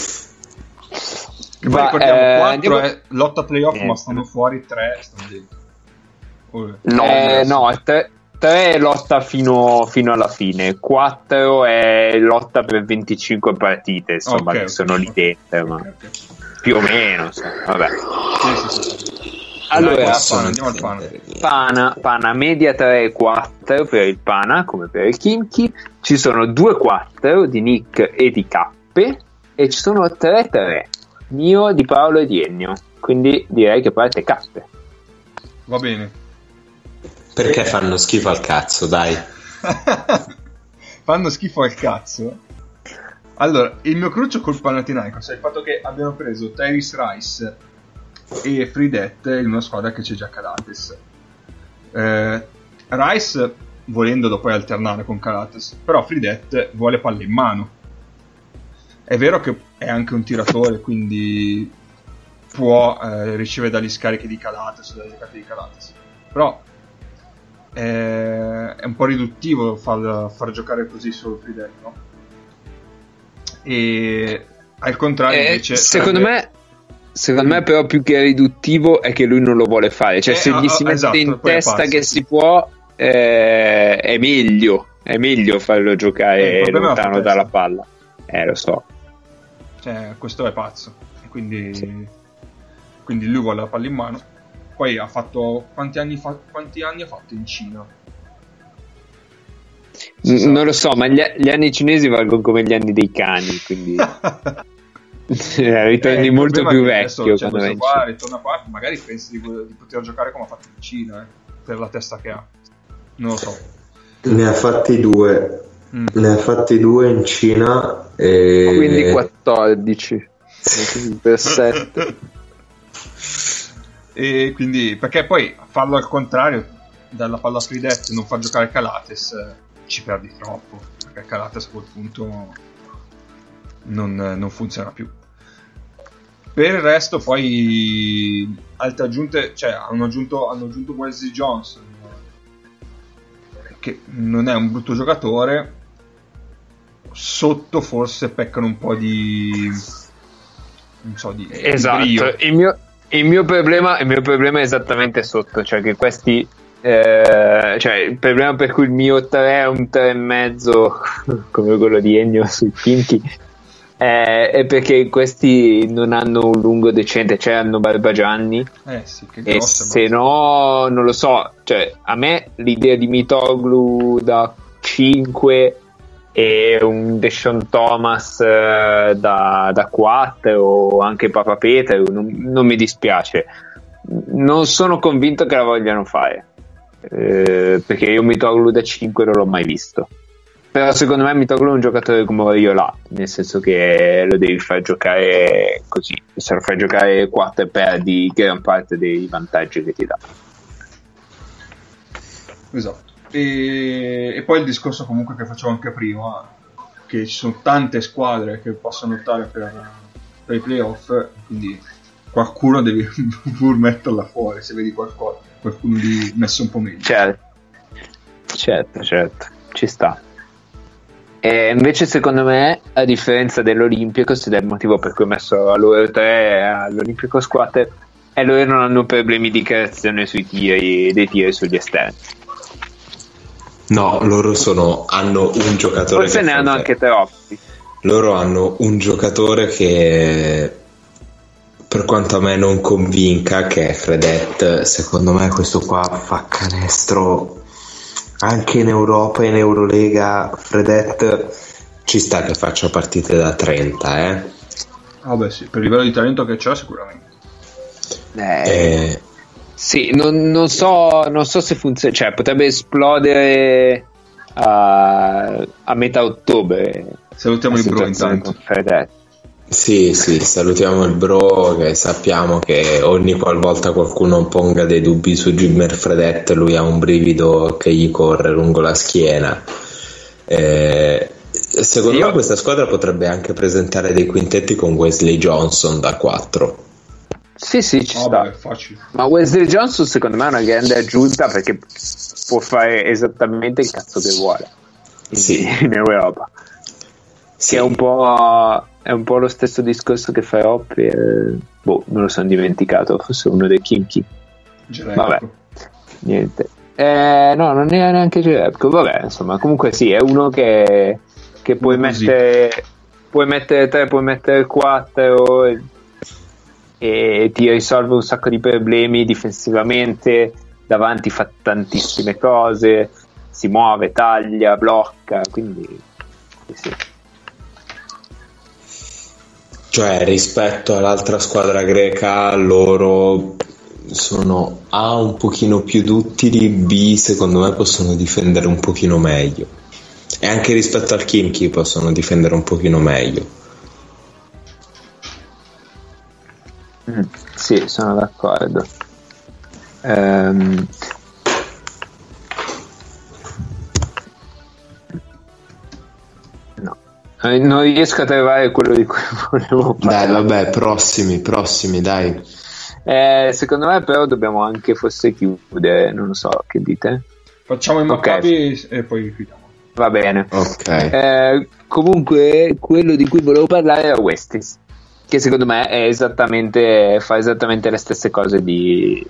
Che poi Va, ricordiamo, eh, quattro andiamo- è lotta playoff, Eh. ma stanno fuori, tre stanno dentro. Oh, No, Eh, no, tre, tre è lotta fino, fino alla fine, quattro è lotta per venticinque partite, insomma, Ok, che ok, sono lì ok. dentro, ma ok, ok. più o meno, insomma, vabbè. Sì, sì, sì, sì. Allora, Dai, Possono andiamo al Pana. difendere niente. Pana, Pana media tre e quattro per il Pana, come per il Kimchi, ci sono due quattro di Nick e di Cappe, e ci sono tre tre, mio, di Paolo e di Ennio, quindi direi che parte Cappe. Va bene. Perché fanno schifo al cazzo, dai. Fanno schifo al cazzo. Allora, il mio cruccio col Panathinaikos è il fatto che abbiano preso Tyrese Rice e Fridet in una squadra che c'è già Calates. Eh, Rice volendolo poi alternare con Calates, però Fridet vuole palle in mano. È vero che è anche un tiratore, quindi può eh, ricevere dagli scarichi di Calates, dalle giocate di Calates, però eh, è un po' riduttivo far, far giocare così solo Fridet, no? E al contrario Eh, invece secondo sarebbe- me secondo me però più che riduttivo è che lui non lo vuole fare, cioè Eh, se gli ah, si ah, mette esatto, in poi è testa pazzo, che sì. si può, eh, è meglio è meglio farlo Eh, giocare il problema è la lontano sua dalla testa. palla, eh lo so. Cioè, questo è pazzo. E quindi, Sì. quindi lui vuole la palla in mano. Poi ha fatto. Quanti anni, fa... Quanti anni ha fatto in Cina? Si N- sa. non lo so, ma gli, gli anni cinesi valgono come gli anni dei cani, quindi eh, ritorni Eh, il molto problema più è che adesso vecchio c'è quando vai questo in qua, Cina. ritorna qua, magari pensi di, di poter giocare come ha fatto in Cina, eh, per la testa che ha. Non lo so. Ne ha fatti due. Mm. Ne ha fatti due in Cina e... Quindi quattordici per sette. E quindi, perché poi farlo al contrario, dalla palla Fridet non far giocare Calates, eh, ci perdi troppo, perché Calates a quel punto non, non funziona più. Per il resto poi altre aggiunte, cioè hanno aggiunto, hanno aggiunto Wesley Johnson, che non è un brutto giocatore, sotto forse peccano un po' di non so di Esatto, brio. il mio, il mio problema il mio problema è esattamente sotto, cioè che questi eh, cioè il problema per cui il mio tre è un tre e mezzo come quello di Ennio sui Kinky eh, è perché questi non hanno un lungo decente, cioè hanno Barbagianni eh sì, che e grossa, se no non lo so, cioè a me l'idea di Mitoglu da cinque e un Deshaun Thomas eh, da, da quattro o anche Papa Peter non, non mi dispiace, non sono convinto che la vogliano fare eh, perché io Mitoglu da cinque non l'ho mai visto, però secondo me Mitoglu è un giocatore come io là, nel senso che lo devi far giocare così, se lo fai giocare quattro perdi gran parte dei vantaggi che ti dà. Esatto. E, e poi il discorso comunque che facevo anche prima, che ci sono tante squadre che possono lottare per, per i playoff, quindi qualcuno devi pur metterla fuori se vedi qualcosa, qualcuno di messo un po' meglio. Certo, certo, certo, ci sta. E invece secondo me, a differenza dell'Olympiacos, ed è il motivo per cui ho messo a loro tre all'Olympiacos quattro, è loro non hanno problemi di creazione sui tiri, dei tiri sugli esterni. No, loro sono hanno un giocatore. Forse che ne hanno anche troppi. Loro hanno un giocatore che, per quanto a me non convinca, che è Fredette. Secondo me questo qua fa canestro anche in Europa e in Eurolega. Fredette ci sta che faccia partite da trenta, eh. Vabbè ah sì, per il livello di talento che c'ha sicuramente. Eh, Eh, sì, non, non so non so se funziona, cioè potrebbe esplodere a, a metà ottobre. Salutiamo il bro intanto. Sì, sì, salutiamo il bro, che sappiamo che ogni qualvolta qualcuno ponga dei dubbi su Gilmer Fredette lui ha un brivido che gli corre lungo la schiena. Eh, secondo Io... me questa squadra potrebbe anche presentare dei quintetti con Wesley Johnson da quattro. Sì, sì, ci oh, sta. beh, facile. Ma Wesley Johnson secondo me è una grande aggiunta perché può fare esattamente il cazzo che vuole in, sì. in Europa. Sì. Che è un po' è un po' lo stesso discorso che fa Hoppi. Eh, boh, me lo sono dimenticato, forse uno dei Kinky. Vabbè, niente. Eh, no, non è neanche Jerebko. Vabbè, insomma, comunque sì, è uno che, che puoi così. mettere puoi mettere tre, puoi mettere quattro e, e ti risolve un sacco di problemi difensivamente, davanti fa tantissime cose, si muove, taglia, blocca, quindi sì, sì. Cioè, rispetto all'altra squadra greca, loro sono A un pochino più duttili, B secondo me possono difendere un pochino meglio, e anche rispetto al Khimki possono difendere un pochino meglio. Mm, sì, sono d'accordo. Um... Non riesco a trovare quello di cui volevo parlare. Dai, vabbè, prossimi, prossimi, dai. Eh, secondo me però dobbiamo anche forse chiudere, non lo so, che dite? Facciamo i Maccabi okay. E poi chiudiamo. Va bene. Ok. Eh, comunque, quello di cui volevo parlare era Westis, che secondo me è esattamente fa esattamente le stesse cose di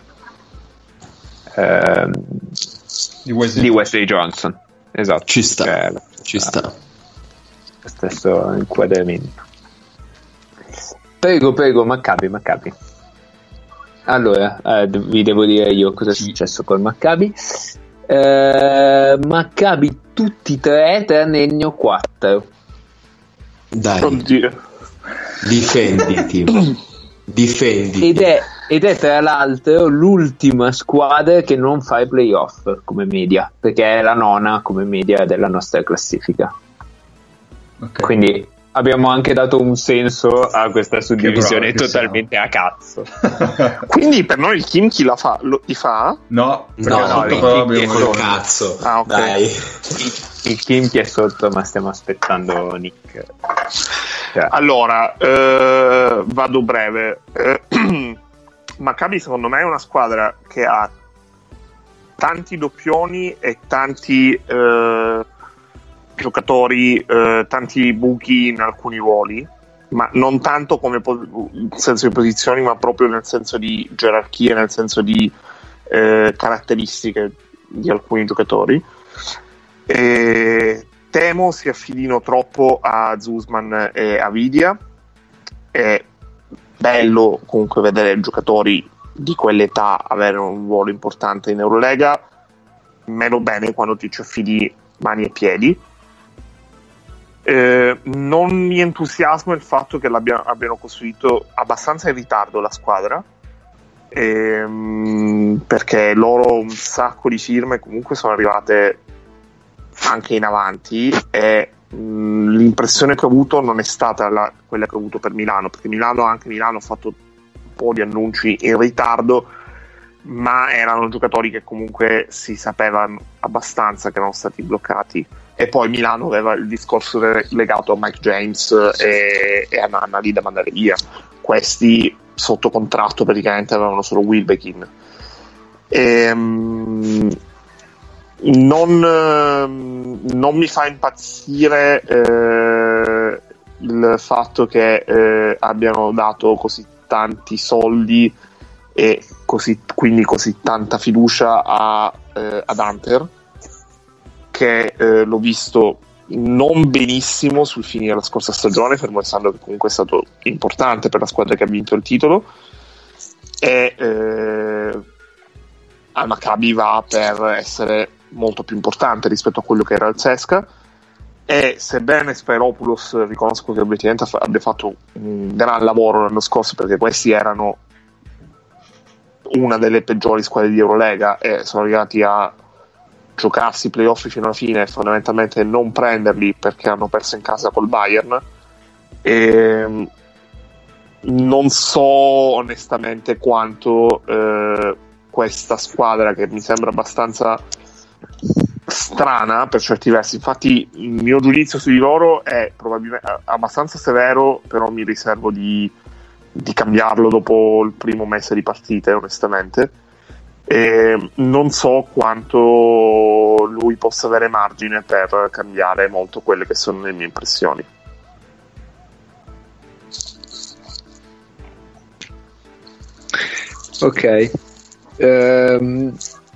ehm, di, Wesley. di Wesley Johnson. Esatto. Ci sta. Cioè, ci sta. Stesso inquadramento. Prego, prego, Maccabi, Maccabi. Allora, eh, vi devo dire io cosa è successo col Maccabi. Eh, Maccabi tutti e tre tranne Ennio quattro. Dai. Oddio. Difenditi. Difenditi. Ed è, ed è tra l'altro l'ultima squadra che non fa i playoff come media, perché è la nona come media della nostra classifica. Okay. Quindi abbiamo anche dato un senso a questa suddivisione totalmente siamo. A cazzo. Quindi per noi il Khimki la fa, lo, li fa? No, no, no, il Khimki è col cazzo. Ah, okay. Dai. Il, il Khimki è sotto, ma stiamo aspettando Nick. Cioè. Allora, eh, vado breve. Eh, Maccabi secondo me è una squadra che ha tanti doppioni e tanti eh, giocatori, eh, tanti buchi in alcuni ruoli, ma non tanto come po- senso di posizioni, ma proprio nel senso di gerarchie, nel senso di eh, caratteristiche di alcuni giocatori. E temo si affidino troppo a Zuzman e a Vidia. È bello comunque vedere giocatori di quell'età avere un ruolo importante in Eurolega, meno bene quando ti ci affidi mani e piedi. Eh, non mi entusiasma il fatto che abbiano costruito abbastanza in ritardo la squadra, ehm, perché loro un sacco di firme comunque sono arrivate anche in avanti e mh, l'impressione che ho avuto non è stata la, quella che ho avuto per Milano, perché Milano anche Milano ha fatto un po' di annunci in ritardo, ma erano giocatori che comunque si sapevano abbastanza che erano stati bloccati. E poi Milano aveva il discorso legato a Mike James e, e a Nannali da mandare via. Questi sotto contratto praticamente avevano solo Wilbekin. E, um, non, non mi fa impazzire eh, il fatto che eh, abbiano dato così tanti soldi e così, quindi così tanta fiducia a, eh, ad Hunter, che eh, l'ho visto non benissimo sul finire la scorsa stagione, fermo restando che comunque è stato importante per la squadra che ha vinto il titolo, e eh, al Maccabi va per essere molto più importante rispetto a quello che era il Cesca. E sebbene Spyropoulos riconosco che obiettivamente abbia fatto un gran lavoro l'anno scorso, perché questi erano una delle peggiori squadre di Eurolega e sono arrivati a giocarsi i playoff fino alla fine e fondamentalmente non prenderli perché hanno perso in casa col Bayern, e non so onestamente quanto eh, questa squadra, che mi sembra abbastanza strana per certi versi, infatti il mio giudizio su di loro è probabilmente abbastanza severo, però mi riservo di, di cambiarlo dopo il primo mese di partite onestamente. E non so quanto lui possa avere margine per cambiare molto quelle che sono le mie impressioni. Ok, um,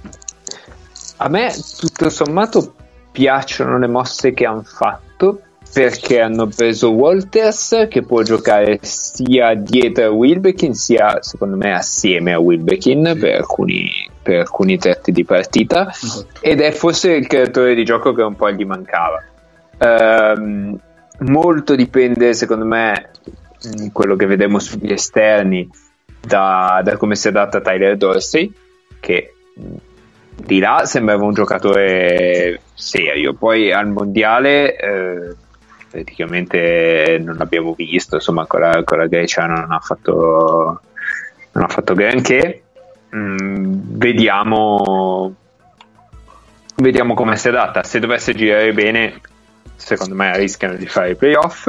a me tutto sommato piacciono le mosse che hanno fatto, perché hanno preso Walters, che può giocare sia dietro a Wilbekin sia secondo me assieme a Wilbekin per alcuni, per alcuni tratti di partita, ed è forse il creatore di gioco che un po' gli mancava. Um, molto dipende secondo me, quello che vedremo sugli esterni, da, da come si adatta Tyler Dorsey, che di là sembrava un giocatore serio, poi al mondiale eh, praticamente non l'abbiamo visto, insomma con la, con la Grecia non ha fatto non ha fatto granché. mm, vediamo vediamo come si adatta. Se dovesse girare bene secondo me rischiano di fare i playoff.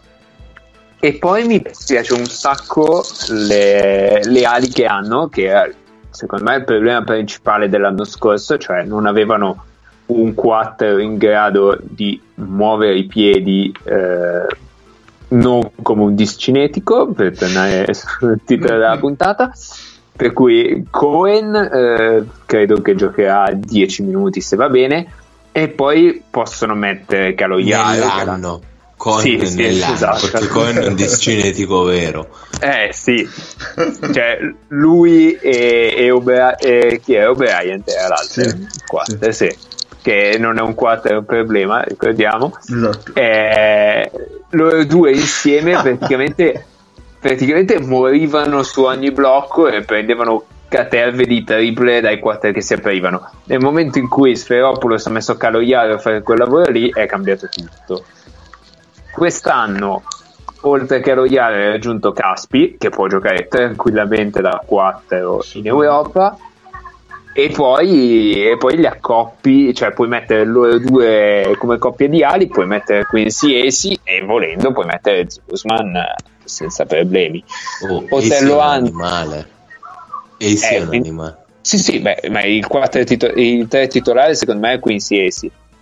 E poi mi piace un sacco le, le ali che hanno, che secondo me è il problema principale dell'anno scorso, cioè non avevano un quattro in grado di muovere i piedi eh, non come un disc cinetico, per tornare sul titolo della puntata, per cui Cohen eh, credo che giocherà dieci minuti se va bene, e poi possono mettere Kaloyaro nell'anno Cohen sì, sì, nell'anno esatto. Perché Cohen è un disc cinetico vero, eh sì, cioè lui e, e, Obra- e chi è O'Brien era l'altro Sì, quattro, sì. Sì, che non è un quattro, è un problema, ricordiamo. Esatto. Eh, loro due insieme praticamente praticamente morivano su ogni blocco e prendevano caterve di triple dai quattro che si aprivano. Nel momento in cui Sferopoulos ha messo Kaloyaro a fare quel lavoro lì, è cambiato tutto. Quest'anno oltre che Kaloyaro è aggiunto Caspi, che può giocare tranquillamente da quattro in Europa, e poi, e poi gli accoppi, cioè puoi mettere loro due come coppia di ali, puoi mettere Quincy Acy e volendo puoi mettere Zuzman senza problemi. oh, Otello è un An- animale Acy Eh, è un quindi- animale Sì, sì, beh, ma il, quattro tito- il tre titolare secondo me è Quincy Acy.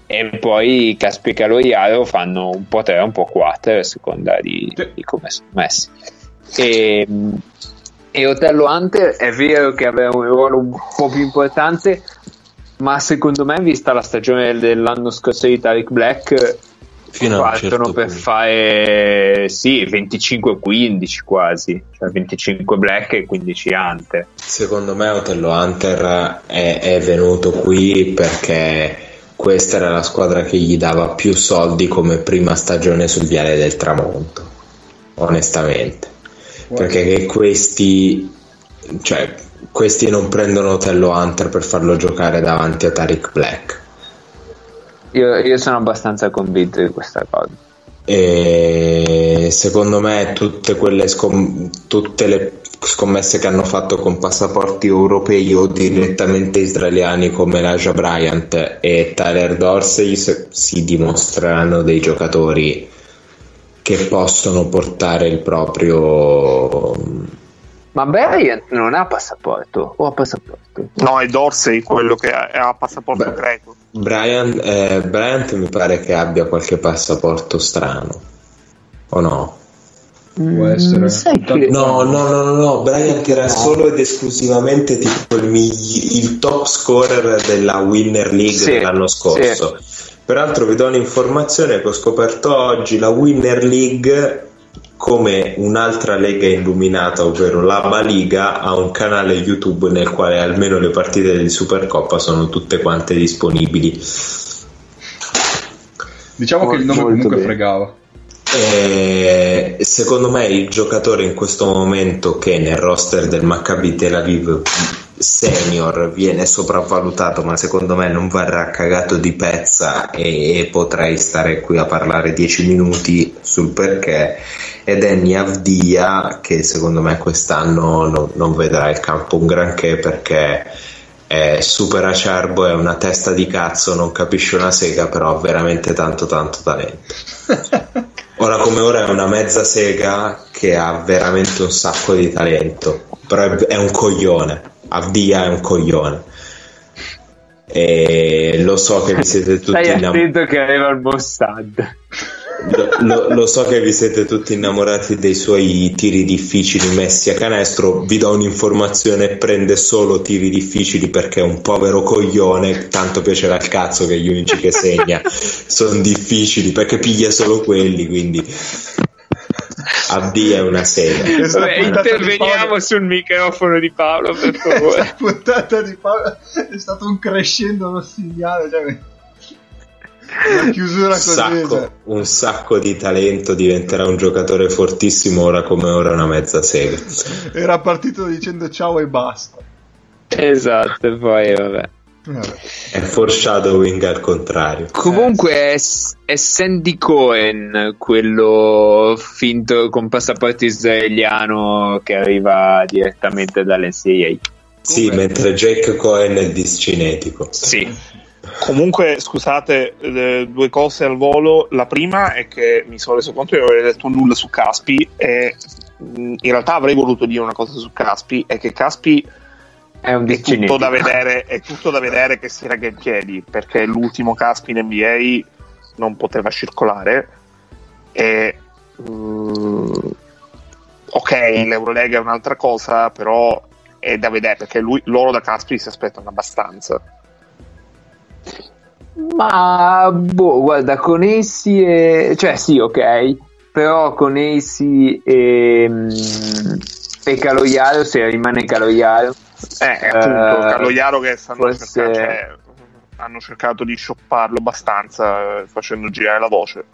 e poi Caspi e Caloiaro fanno un po' tre un po' quattro a seconda di, di come sono messi. E, e Otello Hunter è vero che aveva un ruolo un po' più importante, ma secondo me, vista la stagione dell'anno scorso di Tariq Black, fino a un partono certo per punto. fare sì venticinque quindici quasi, cioè venticinque Black e quindici Hunter. Secondo me Otello Hunter è, è venuto qui perché questa era la squadra che gli dava più soldi come prima stagione sul Viale del Tramonto, onestamente. Wow. Perché che questi cioè questi non prendono Otello Hunter per farlo giocare davanti a Tariq Black. Io, io sono abbastanza convinto di questa cosa. E secondo me tutte quelle scom- tutte le scommesse che hanno fatto con passaporti europei o direttamente israeliani come Elijah Bryant e Tyler Dorsey si dimostreranno dei giocatori che possono portare il proprio. Ma Bryant non ha passaporto o ha passaporto? No, è Dorsey quello che ha, ha passaporto Beh, greco. Bryant, eh, Bryant mi pare che abbia qualche passaporto strano, o no? Può essere. Sai che... No, no, no, no, no, Bryant era solo ed esclusivamente tipo il, migli- il top scorer della Winner League Sì, dell'anno scorso. Sì. Peraltro vi do un'informazione che ho scoperto oggi: la Winner League, come un'altra lega illuminata, ovvero l'Aba Liga, ha un canale YouTube nel quale almeno le partite di Supercoppa sono tutte quante disponibili. Diciamo che il nome Molto comunque bene. fregava. E secondo me il giocatore in questo momento che nel roster del Maccabi Tel Aviv senior viene sopravvalutato, ma secondo me non varrà cagato di pezza, e, e potrei stare qui a parlare dieci minuti sul perché, ed è Avdia, che secondo me quest'anno non, non vedrà il campo un granché perché è super acerbo, è una testa di cazzo, non capisce una sega, però ha veramente tanto tanto talento. Ora come ora è una mezza sega che ha veramente un sacco di talento, però è, è un coglione. Avdia è un coglione, e lo so che vi siete tutti Stai innamorati. attento che arriva il Mossad. Lo, lo, lo so che vi siete tutti innamorati dei suoi tiri difficili messi a canestro. Vi do un'informazione: prende solo tiri difficili perché è un povero coglione, tanto piacerà il cazzo che gli unici che segna sono difficili, perché piglia solo quelli, quindi Avdia è una sega. Vabbè, interveniamo sul microfono di Paolo, per favore. Questa puntata di Paolo è stato un crescendo rossignale, cioè una chiusura così, Sacco, cioè. un sacco di talento, diventerà un giocatore fortissimo, ora come ora una mezza sega. Era partito dicendo ciao e basta. Esatto, e poi vabbè. Vabbè. È foreshadowing al contrario. Comunque è, è Sandy Cohen quello finto con passaporto israeliano che arriva direttamente dall'N C A A. Sì, Come? mentre Jake Cohen è discinetico. Sì. Comunque, scusate, eh, due cose al volo. La prima è che mi sono reso conto di non aver detto nulla su Caspi, e mh, in realtà avrei voluto dire una cosa su Caspi, è che Caspi È un è tutto discinetico. da vedere, è tutto da vedere che si regga in piedi, perché l'ultimo Caspi in N B A non poteva circolare, e mh, ok, l'Eurolega è un'altra cosa, però è da vedere, perché lui, loro da Caspi si aspettano abbastanza. Ma boh, guarda, con essi e... cioè sì, ok, però con essi e, e Caloiaro, se rimane Caloiaro, Eh, appunto, Eh, Caloiaro che stanno forse- cercando, cioè, hanno cercato di shopparlo abbastanza, eh, facendo girare la voce.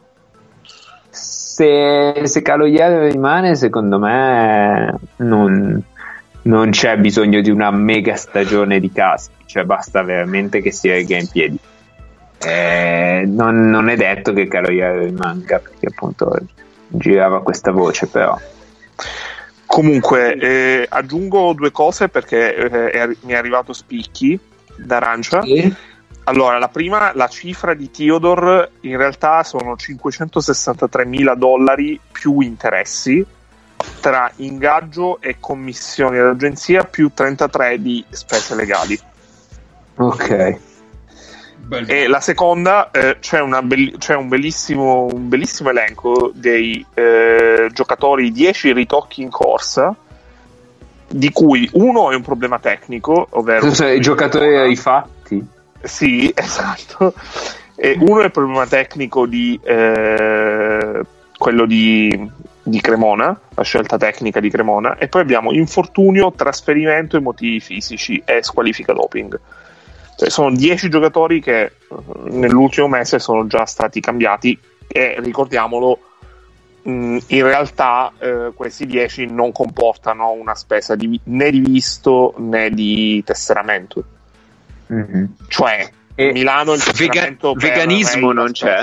se, se Caloiaro rimane, secondo me non, non c'è bisogno di una mega stagione di Caspi, cioè basta veramente che si regga in piedi. Eh, non, non è detto che Caloiaro rimanga, perché appunto girava questa voce, però Comunque, eh, aggiungo due cose perché eh, è arri- mi è arrivato spicchi d'arancia. sì. Allora, la prima, la cifra di Theodore in realtà sono cinquecentosessantatremila dollari più interessi tra ingaggio e commissioni d'agenzia, più trentatré di spese legali. Ok. Bel- E la seconda, eh, c'è, una belli- c'è un, bellissimo, un bellissimo elenco dei eh, giocatori, dieci ritocchi in corsa, di cui uno è un problema tecnico, ovvero Cioè, i giocatori ai fatti. Sì, esatto. E uno è il problema tecnico di eh, quello di, di Cremona, la scelta tecnica di Cremona, e poi abbiamo infortunio, trasferimento e motivi fisici e squalifica doping. Cioè, sono dieci giocatori che eh, nell'ultimo mese sono già stati cambiati e ricordiamolo, mh, in realtà eh, questi dieci non comportano una spesa di, né di visto né di tesseramento. Mm-hmm. Cioè E Milano il vega- tesseramento per veganismo Ray non c'è?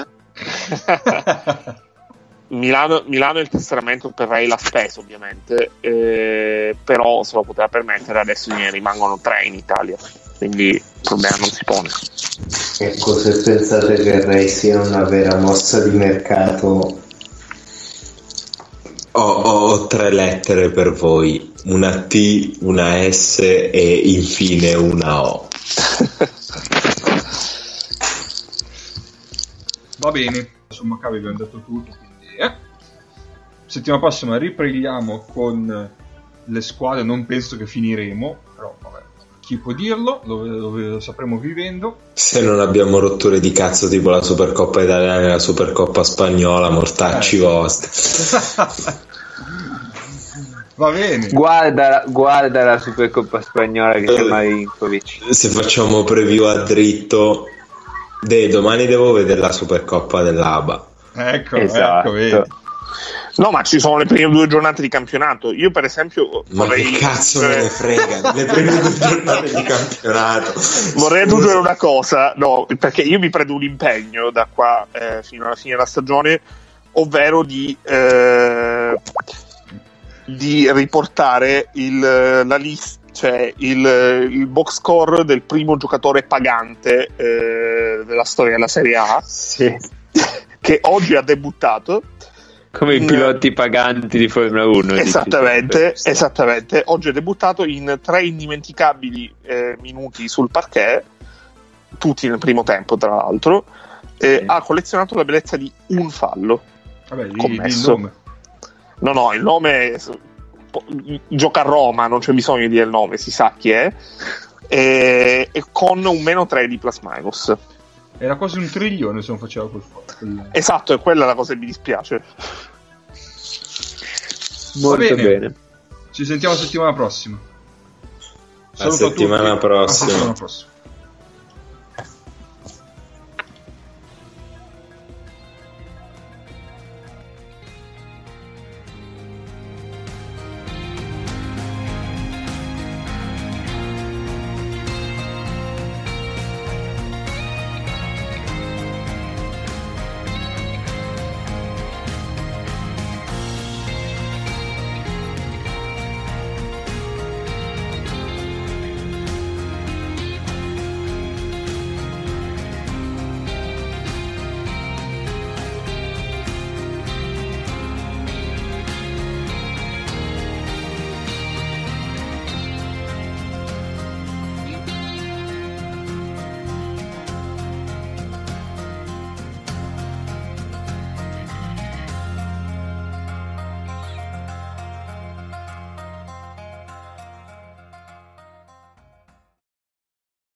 Milano, Milano il tesseramento per Ray l'ha speso ovviamente, eh, però se lo poteva permettere, adesso ne rimangono tre in Italia, quindi il problema non si pone. Ecco, se pensate che Ray sia una vera mossa di mercato, ho, ho tre lettere per voi, una T, una S e infine una O. Va bene, insomma, Maccabi abbiamo detto tutto, quindi eh. settimana prossima riprendiamo con le squadre, non penso che finiremo, però vabbè, chi può dirlo, lo, lo, lo sapremo vivendo. Se non abbiamo rotture di cazzo tipo la Supercoppa italiana e la Supercoppa spagnola, mortacci Eh. vostri. Va bene. Guarda, guarda la Supercoppa spagnola che c'è Marinkovic. Se facciamo preview a dritto, De, domani devo vedere la Supercoppa dell'A B A. Ecco, Esatto. ecco, vedi. No, ma ci sono le prime due giornate di campionato. Io per esempio Ma vorrei, che cazzo me ne frega, le prime due giornate di campionato. vorrei Scusa. aggiungere una cosa, no, perché io mi prendo un impegno da qua eh, fino alla fine della stagione, ovvero di eh, di riportare il, la lista, cioè il, il box score del primo giocatore pagante eh, della storia della Serie A, Sì. che oggi ha debuttato. Come i in- piloti paganti di Formula uno. Esattamente, dici. esattamente. Oggi è debuttato in tre indimenticabili eh, minuti sul parquet, tutti nel primo tempo, tra l'altro. E Sì. ha collezionato la bellezza di un fallo. Vabbè, di, di il Commesso. nome. No, no, il nome è- gioca a Roma, non c'è bisogno di dire il nome, si sa chi è. E, e con un meno tre di plus minus. Era quasi un trilione se non faceva quel fuoco. Quel... Esatto, è quella la cosa che mi dispiace. Molto Va bene. bene. Ci sentiamo la settimana prossima. La settimana tutti. prossima. La settimana prossima.